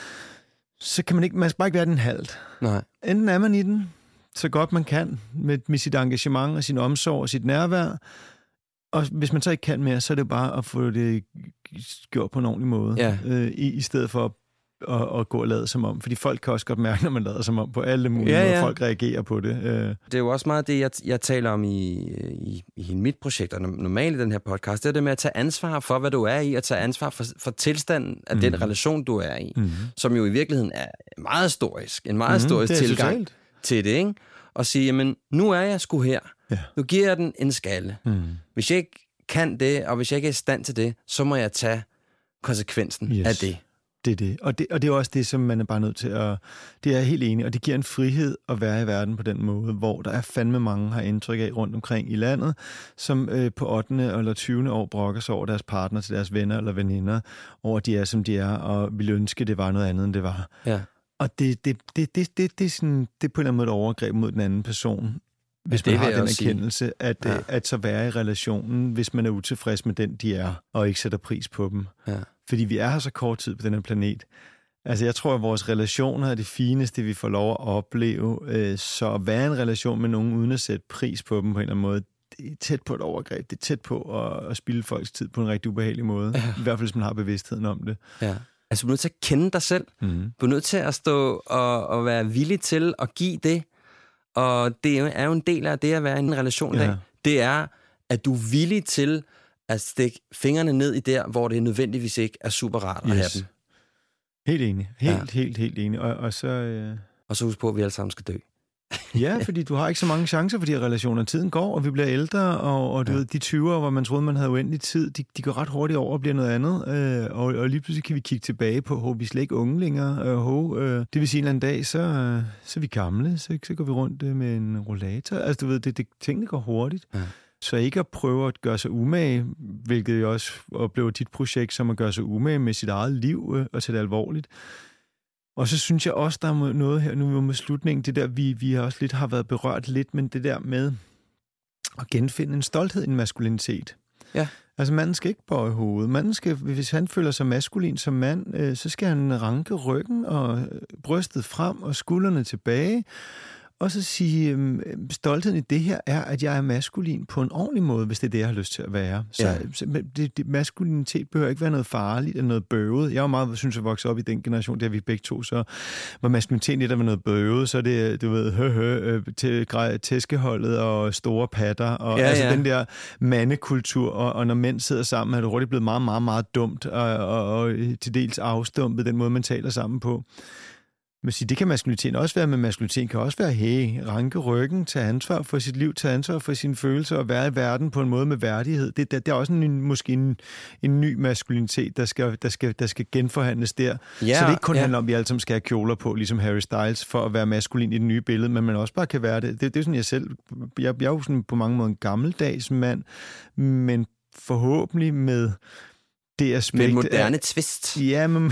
Speaker 4: så kan man ikke, man skal bare ikke være den halvt.
Speaker 3: Nej.
Speaker 4: Enten er man i den, så godt man kan, med, med sit engagement og sin omsorg og sit nærvær, Og hvis man så ikke kan mere, så er det bare at få det gjort på en ordentlig måde,
Speaker 3: Ja.
Speaker 4: øh, i, i stedet for at, at, at gå og lade som om. Fordi folk kan også godt mærke, når man lader som om på alle mulige
Speaker 3: Ja,
Speaker 4: måder,
Speaker 3: ja.
Speaker 4: folk reagerer på det. Øh.
Speaker 3: Det er jo også meget det, jeg, jeg taler om i, i, i hele mit projekt, og normalt i den her podcast, det er det med at tage ansvar for, hvad du er i, og tage ansvar for, for tilstanden af mm. den relation, du er i, mm. som jo i virkeligheden er meget historisk, en meget
Speaker 4: Mm,
Speaker 3: historisk
Speaker 4: det er
Speaker 3: tilgang
Speaker 4: totalt.
Speaker 3: til det, ikke? Og sige, jamen, nu er jeg sgu her.
Speaker 4: Ja.
Speaker 3: Nu giver jeg den en skalle.
Speaker 4: Mm.
Speaker 3: Hvis jeg ikke kan det, og hvis jeg ikke er i stand til det, så må jeg tage konsekvensen
Speaker 4: Yes.
Speaker 3: af det.
Speaker 4: Det er det. Og, det. og det er også det, som man er bare nødt til at... Det er jeg helt enig, og det giver en frihed at være i verden på den måde, hvor der er fandme mange, har indtryk af rundt omkring i landet, som øh, på ottende eller tyvende år brokker sig over deres partner til deres venner eller veninder, over at de er, som de er, og ville ønske, det var noget andet, end det var.
Speaker 3: Ja.
Speaker 4: Og det, det, det, det, det, det, er sådan, det er på en eller anden måde et overgreb mod den anden person, hvis
Speaker 3: det
Speaker 4: man har
Speaker 3: vil jeg
Speaker 4: den
Speaker 3: også sige.
Speaker 4: erkendelse, at,
Speaker 3: Ja.
Speaker 4: ja. at så være i relationen, hvis man er utilfreds med den, de er, og ikke sætter pris på dem.
Speaker 3: Ja.
Speaker 4: Fordi vi er her så kort tid på den her planet. Altså, jeg tror, at vores relationer er det fineste, vi får lov at opleve. Øh, Så at være i en relation med nogen, uden at sætte pris på dem på en eller anden måde, det er tæt på et overgreb. Det er tæt på at, at spilde folks tid på en rigtig ubehagelig måde. Ja. I hvert fald, hvis man har bevidstheden om det.
Speaker 3: Ja. Altså, du er nødt til at kende dig selv.
Speaker 4: Mm.
Speaker 3: Du er nødt til at stå og, og være villig til at give det. Og det er jo en del af det at være i en relation i
Speaker 4: Ja.
Speaker 3: dag. Det er, at du er villig til at stikke fingrene ned i der, hvor det nødvendigvis ikke er super rart at
Speaker 4: Yes.
Speaker 3: have dem.
Speaker 4: Helt enig. Helt,
Speaker 3: Ja.
Speaker 4: ja. helt, helt enig. Og, og så... Øh...
Speaker 3: Og så husk på, at vi alle sammen skal dø.
Speaker 4: Ja, fordi du har ikke så mange chancer for de her relationer. Tiden går, og vi bliver ældre, og, og du ja. ved, de tyverne, hvor man troede, man havde uendelig tid, de, de går ret hurtigt over og bliver noget andet. Øh, og, og lige pludselig kan vi kigge tilbage på, hov, vi er slet ikke unge længere. Øh, hov, øh, det vil sige, en eller anden dag, så, øh, så er vi gamle, så, så går vi rundt øh, med en rollator. Altså, du ved, det, det, tingene går hurtigt. Ja. Så ikke at prøve at gøre sig umage, hvilket jo også oplever dit projekt, som at gøre sig umage med sit eget liv øh, og tage det alvorligt. Og så synes jeg også, der er noget her, nu med slutningen, det der, vi, vi også lidt har været berørt lidt, men det der med at genfinde en stolthed i en maskulinitet.
Speaker 3: Ja.
Speaker 4: Altså, manden skal ikke bøje hovedet. Manden skal, hvis han føler sig maskulin som mand, øh, så skal han ranke ryggen og brystet frem og skuldrene tilbage. Og så sige, øh, stoltheden i det her er, at jeg er maskulin på en ordentlig måde, hvis det er det, jeg har lyst til at være. Så,
Speaker 3: Ja.
Speaker 4: så det, det, maskulinitet behøver ikke være noget farligt eller noget bøvet. Jeg er jo meget, synes jeg, vokset op i den generation, der vi begge to, så var maskulinitet lidt af noget bøvet, så er det, du ved, hø, hø, til tæskeholdet og store patter, og
Speaker 3: Ja,
Speaker 4: altså
Speaker 3: ja.
Speaker 4: den der mandekultur, og, og når mænd sidder sammen, er det hurtigt blevet meget, meget, meget dumt, og, og, og til dels afstumpet, den måde, man taler sammen på. Men sige, det kan maskuliniteten også være, men maskuliniteten kan også være, hey, ranke ryggen, tage ansvar for sit liv, tage ansvar for sine følelser og være i verden på en måde med værdighed. Det, det, det er også en, måske en, en ny maskulinitet, der skal, der, skal, der skal genforhandles der.
Speaker 3: Ja,
Speaker 4: så det ikke kun
Speaker 3: ja.
Speaker 4: handler om, at vi alle sammen skal have kjoler på, ligesom Harry Styles, for at være maskulin i det nye billede, men man også bare kan være det. Det, det er sådan, jeg selv... Jeg, jeg er jo sådan på mange måder en gammeldags mand, men forhåbentlig med... det aspekt
Speaker 3: Med en moderne
Speaker 4: af,
Speaker 3: twist.
Speaker 4: Ja, men...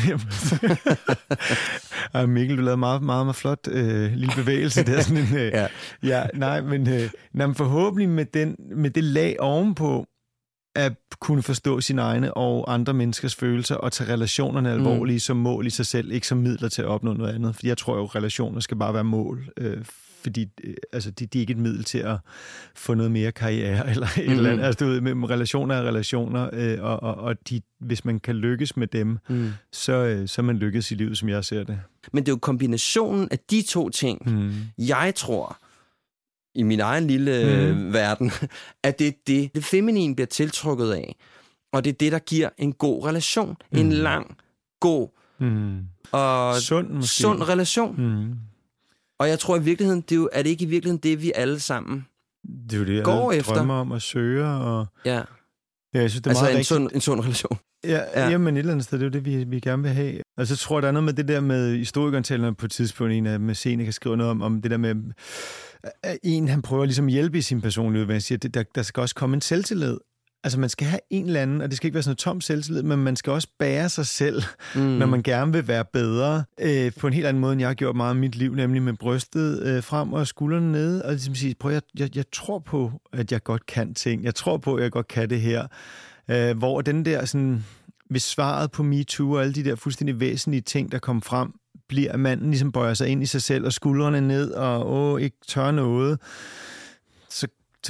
Speaker 4: Ej, Mikkel, du lavede meget, meget, meget flot øh, lille bevægelse. Det er sådan en... Øh,
Speaker 3: Ja.
Speaker 4: ja, nej, men, øh, nej, men forhåbentlig med, den, med det lag ovenpå, at kunne forstå sine egne og andre menneskers følelser og tage relationerne alvorlige mm. som mål i sig selv, ikke som midler til at opnå noget andet. Fordi jeg tror jo, at relationer skal bare være mål, øh, fordi øh, altså, de, de er ikke et middel til at få noget mere karriere eller et mm. eller andet. Altså, du ved, med relationer er relationer, øh, og, og, og de, hvis man kan lykkes med dem, mm. så, øh, så er man lykkes i livet, som jeg ser det.
Speaker 3: Men det er jo kombinationen af de to ting, mm. jeg tror, i min egen lille mm. verden, at det er det, det feminine bliver tiltrukket af. Og det er det, der giver en god relation. Mm. En lang, god
Speaker 4: mm.
Speaker 3: og
Speaker 4: sund,
Speaker 3: sund relation. Mm. Og jeg tror i virkeligheden, det er, jo, er det ikke i virkeligheden det, vi alle sammen
Speaker 4: det er jo det,
Speaker 3: går
Speaker 4: alle
Speaker 3: efter.
Speaker 4: drømmer om at søge. Og...
Speaker 3: Ja.
Speaker 4: Ja, jeg synes, det er
Speaker 3: altså
Speaker 4: meget
Speaker 3: en
Speaker 4: rigtigt.
Speaker 3: sund, en sund relation.
Speaker 4: Ja, ja. Jamen et eller andet sted, det er jo det, vi, vi gerne vil have. Og så tror jeg, der er noget med det der med, historikeren taler på et tidspunkt, en af med Seneca skriver noget om, om det der med, at en han prøver ligesom at hjælpe i sin personlige udvikling, siger, at der, der skal også komme en selvtillid. Altså man skal have en eller anden, og det skal ikke være sådan noget tom selvtillid, men man skal også bære sig selv, mm. når man gerne vil være bedre, øh, på en helt anden måde, end jeg har gjort meget af mit liv, nemlig med brystet øh, frem og skuldrene nede, og ligesom sige, prøv, jeg, jeg, jeg tror på, at jeg godt kan ting. Jeg tror på, at jeg godt kan det her. Øh, hvor den der sådan, hvis svaret på MeToo og alle de der fuldstændig væsentlige ting, der kom frem, bliver, at manden ligesom bøjer sig ind i sig selv, og skuldrene ned, og åh, ikke tør noget, så, så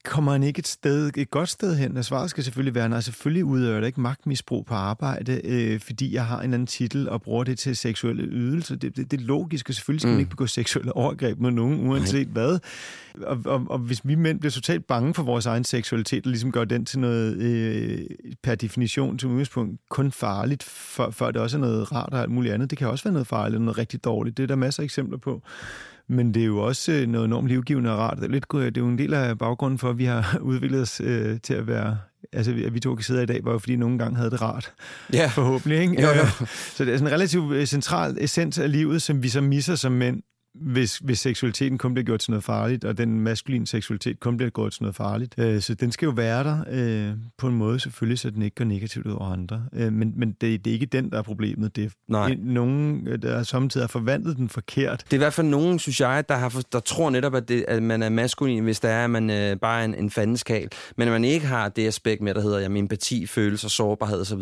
Speaker 4: kommer han ikke et sted, et godt sted hen? Og svaret skal selvfølgelig være, nej, selvfølgelig udøver det ikke magtmisbrug på arbejde, øh, fordi jeg har en anden titel og bruger det til seksuelle ydelser. Det, det, det er logisk, og selvfølgelig skal mm. man ikke begå seksuelle overgreb mod nogen, uanset hvad. Og, og, og hvis vi mænd bliver totalt bange for vores egen seksualitet, og ligesom gør den til noget, øh, per definition, til udgangspunkt, kun farligt, for, for det også er noget rart og alt muligt andet. Det kan også være noget farligt og noget rigtig dårligt. Det er der masser af eksempler på. Men det er jo også noget enormt livgivende og rart. Det er, lidt, det er jo en del af baggrunden for, at vi har udviklet os øh, til at være... Altså, at vi to kan sidde i dag, var jo fordi nogle gange havde det rart. Ja. Forhåbentlig, ikke? Jo, jo. Så det er sådan en relativt central essens af livet, som vi så misser som mænd, hvis, hvis seksualiteten kun bliver gjort til noget farligt, og den maskuline seksualitet kun bliver gjort til noget farligt. Øh, så den skal jo være der øh, på en måde selvfølgelig, så den ikke går negativt ud over andre. Øh, men men det, det er ikke den, der er problemet. Det er Nej. nogen, der samtidig har forvandlet den forkert.
Speaker 3: Det er i hvert fald nogen, synes jeg, der, har, der tror netop, at, det, at man er maskulin, hvis der er, at man øh, bare er en, en fandeskal. Men at man ikke har det aspekt med, der hedder jamen, empati, følelser, sårbarhed osv.,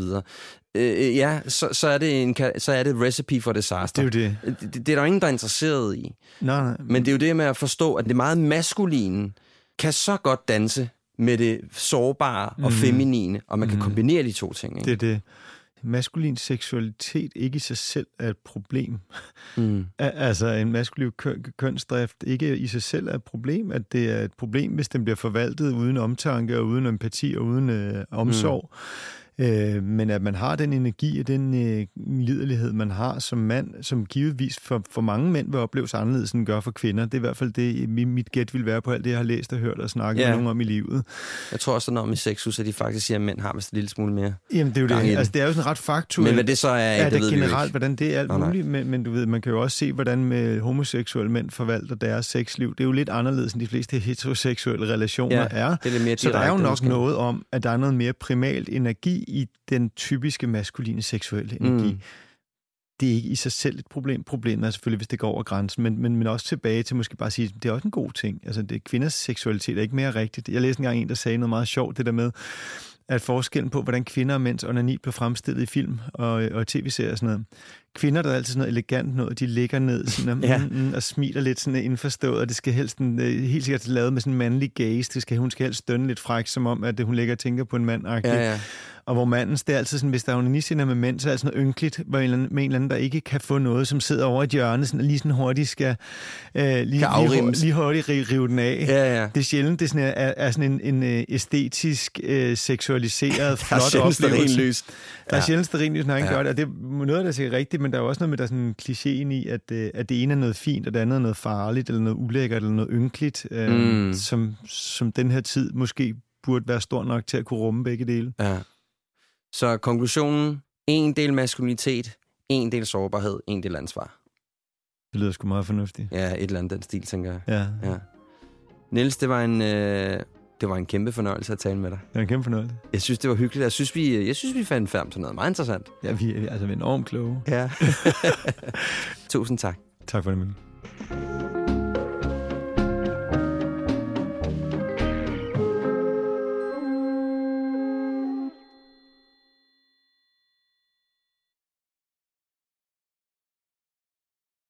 Speaker 3: Øh, ja, så, så, er det en, så er det recipe for disaster.
Speaker 4: Det er jo det.
Speaker 3: Det, det er der jo ingen, der er interesseret i.
Speaker 4: Nej, nej.
Speaker 3: Men det er jo det med at forstå, at det meget maskuline kan så godt danse med det sårbare og mm. feminine, og man kan mm. kombinere de to ting. Ikke?
Speaker 4: Det er det. Maskulin seksualitet ikke i sig selv er et problem. Mm. Altså en maskulin kø- kønsdrift ikke i sig selv er et problem, at det er et problem, hvis den bliver forvaltet uden omtanke og uden empati og uden øh, omsorg. Mm. Øh, men at man har den energi og den øh, liderlighed, man har som mand, som givetvis for, for mange mænd vil opleves anderledes, end gør for kvinder. Det er i hvert fald det, mit gæt vil være på alt det, jeg har læst og hørt og snakket yeah. med nogen om i livet.
Speaker 3: Jeg tror også, når med sexus, at de faktisk siger, at mænd har vist en lille smule mere.
Speaker 4: Jamen, det er jo det. Altså, det er jo sådan ret faktuelt.
Speaker 3: Men hvad det så er,
Speaker 4: ja,
Speaker 3: det,
Speaker 4: det
Speaker 3: ved
Speaker 4: generelt, hvordan det er alt
Speaker 3: oh,
Speaker 4: muligt. Men, men du ved, man kan jo også se, hvordan med homoseksuelle mænd forvalter deres sexliv. Det er jo lidt anderledes, end de fleste heteroseksuelle relationer
Speaker 3: ja,
Speaker 4: er.
Speaker 3: Det er lidt mere
Speaker 4: så der er jo nok måske. noget om, at der er noget mere primalt energi i den typiske maskuline seksuelle energi. Mm. Det er ikke i sig selv et problem. Problemet er selvfølgelig, hvis det går over grænsen, men, men, men også tilbage til måske bare at sige, at det er også en god ting. Altså, det, kvinders seksualitet er ikke mere rigtigt. Jeg læste engang en, der sagde noget meget sjovt, det der med, at forskellen på, hvordan kvinder og mænds onani bliver fremstillet i film og, og tv-serier og sådan noget. Kvinder, der er altid sådan noget elegant noget, de ligger ned sådan, ja. mm, mm, og smiler lidt sådan indforstået, og det skal helst en, helt sikkert lavet med sådan en mandlig gaze. Det skal, hun skal helst stønne lidt fræk, som om, at hun ligger og tænker på en mand. Ja, ja. Og hvor mandens, det er altid sådan, hvis der er onaniscener med mænd, så er det sådan noget ynkeligt, hvor en, med en eller anden, der ikke kan få noget, som sidder over et hjørne, sådan, lige sådan hurtigt skal øh, lige, lige, lige hurtigt rive, rive den af.
Speaker 3: Ja, ja.
Speaker 4: Det er sjældent, det er sådan, er, er sådan en, en æstetisk, øh, seksualiseret, flot oplevelse. Der er sjældent stearinlys, når han ja. gør det. Og det er noget, der siger rigtigt, men der er også noget med, der er sådan en klichéen i, at, at det ene er noget fint, og det andet er noget farligt, eller noget ulækkert, eller noget ynkeligt, øh, mm. som, som den her tid måske burde være stor nok til at kunne rumme begge dele.
Speaker 3: Ja. Så konklusionen, en del maskulinitet, en del sårbarhed, en del ansvar.
Speaker 4: Det lyder sgu meget fornuftigt.
Speaker 3: Ja, et eller andet den stil, tænker jeg.
Speaker 4: Ja. ja.
Speaker 3: Niels, det var en... Øh Det var en kæmpe fornøjelse at tale med dig.
Speaker 4: Det var en kæmpe fornøjelse.
Speaker 3: Jeg synes, det var hyggeligt. Jeg synes, vi, jeg synes, vi fandt frem til noget meget interessant.
Speaker 4: Ja, vi er, altså, vi er enormt kloge.
Speaker 3: Ja. Tusind tak.
Speaker 4: Tak for det, Mikkel.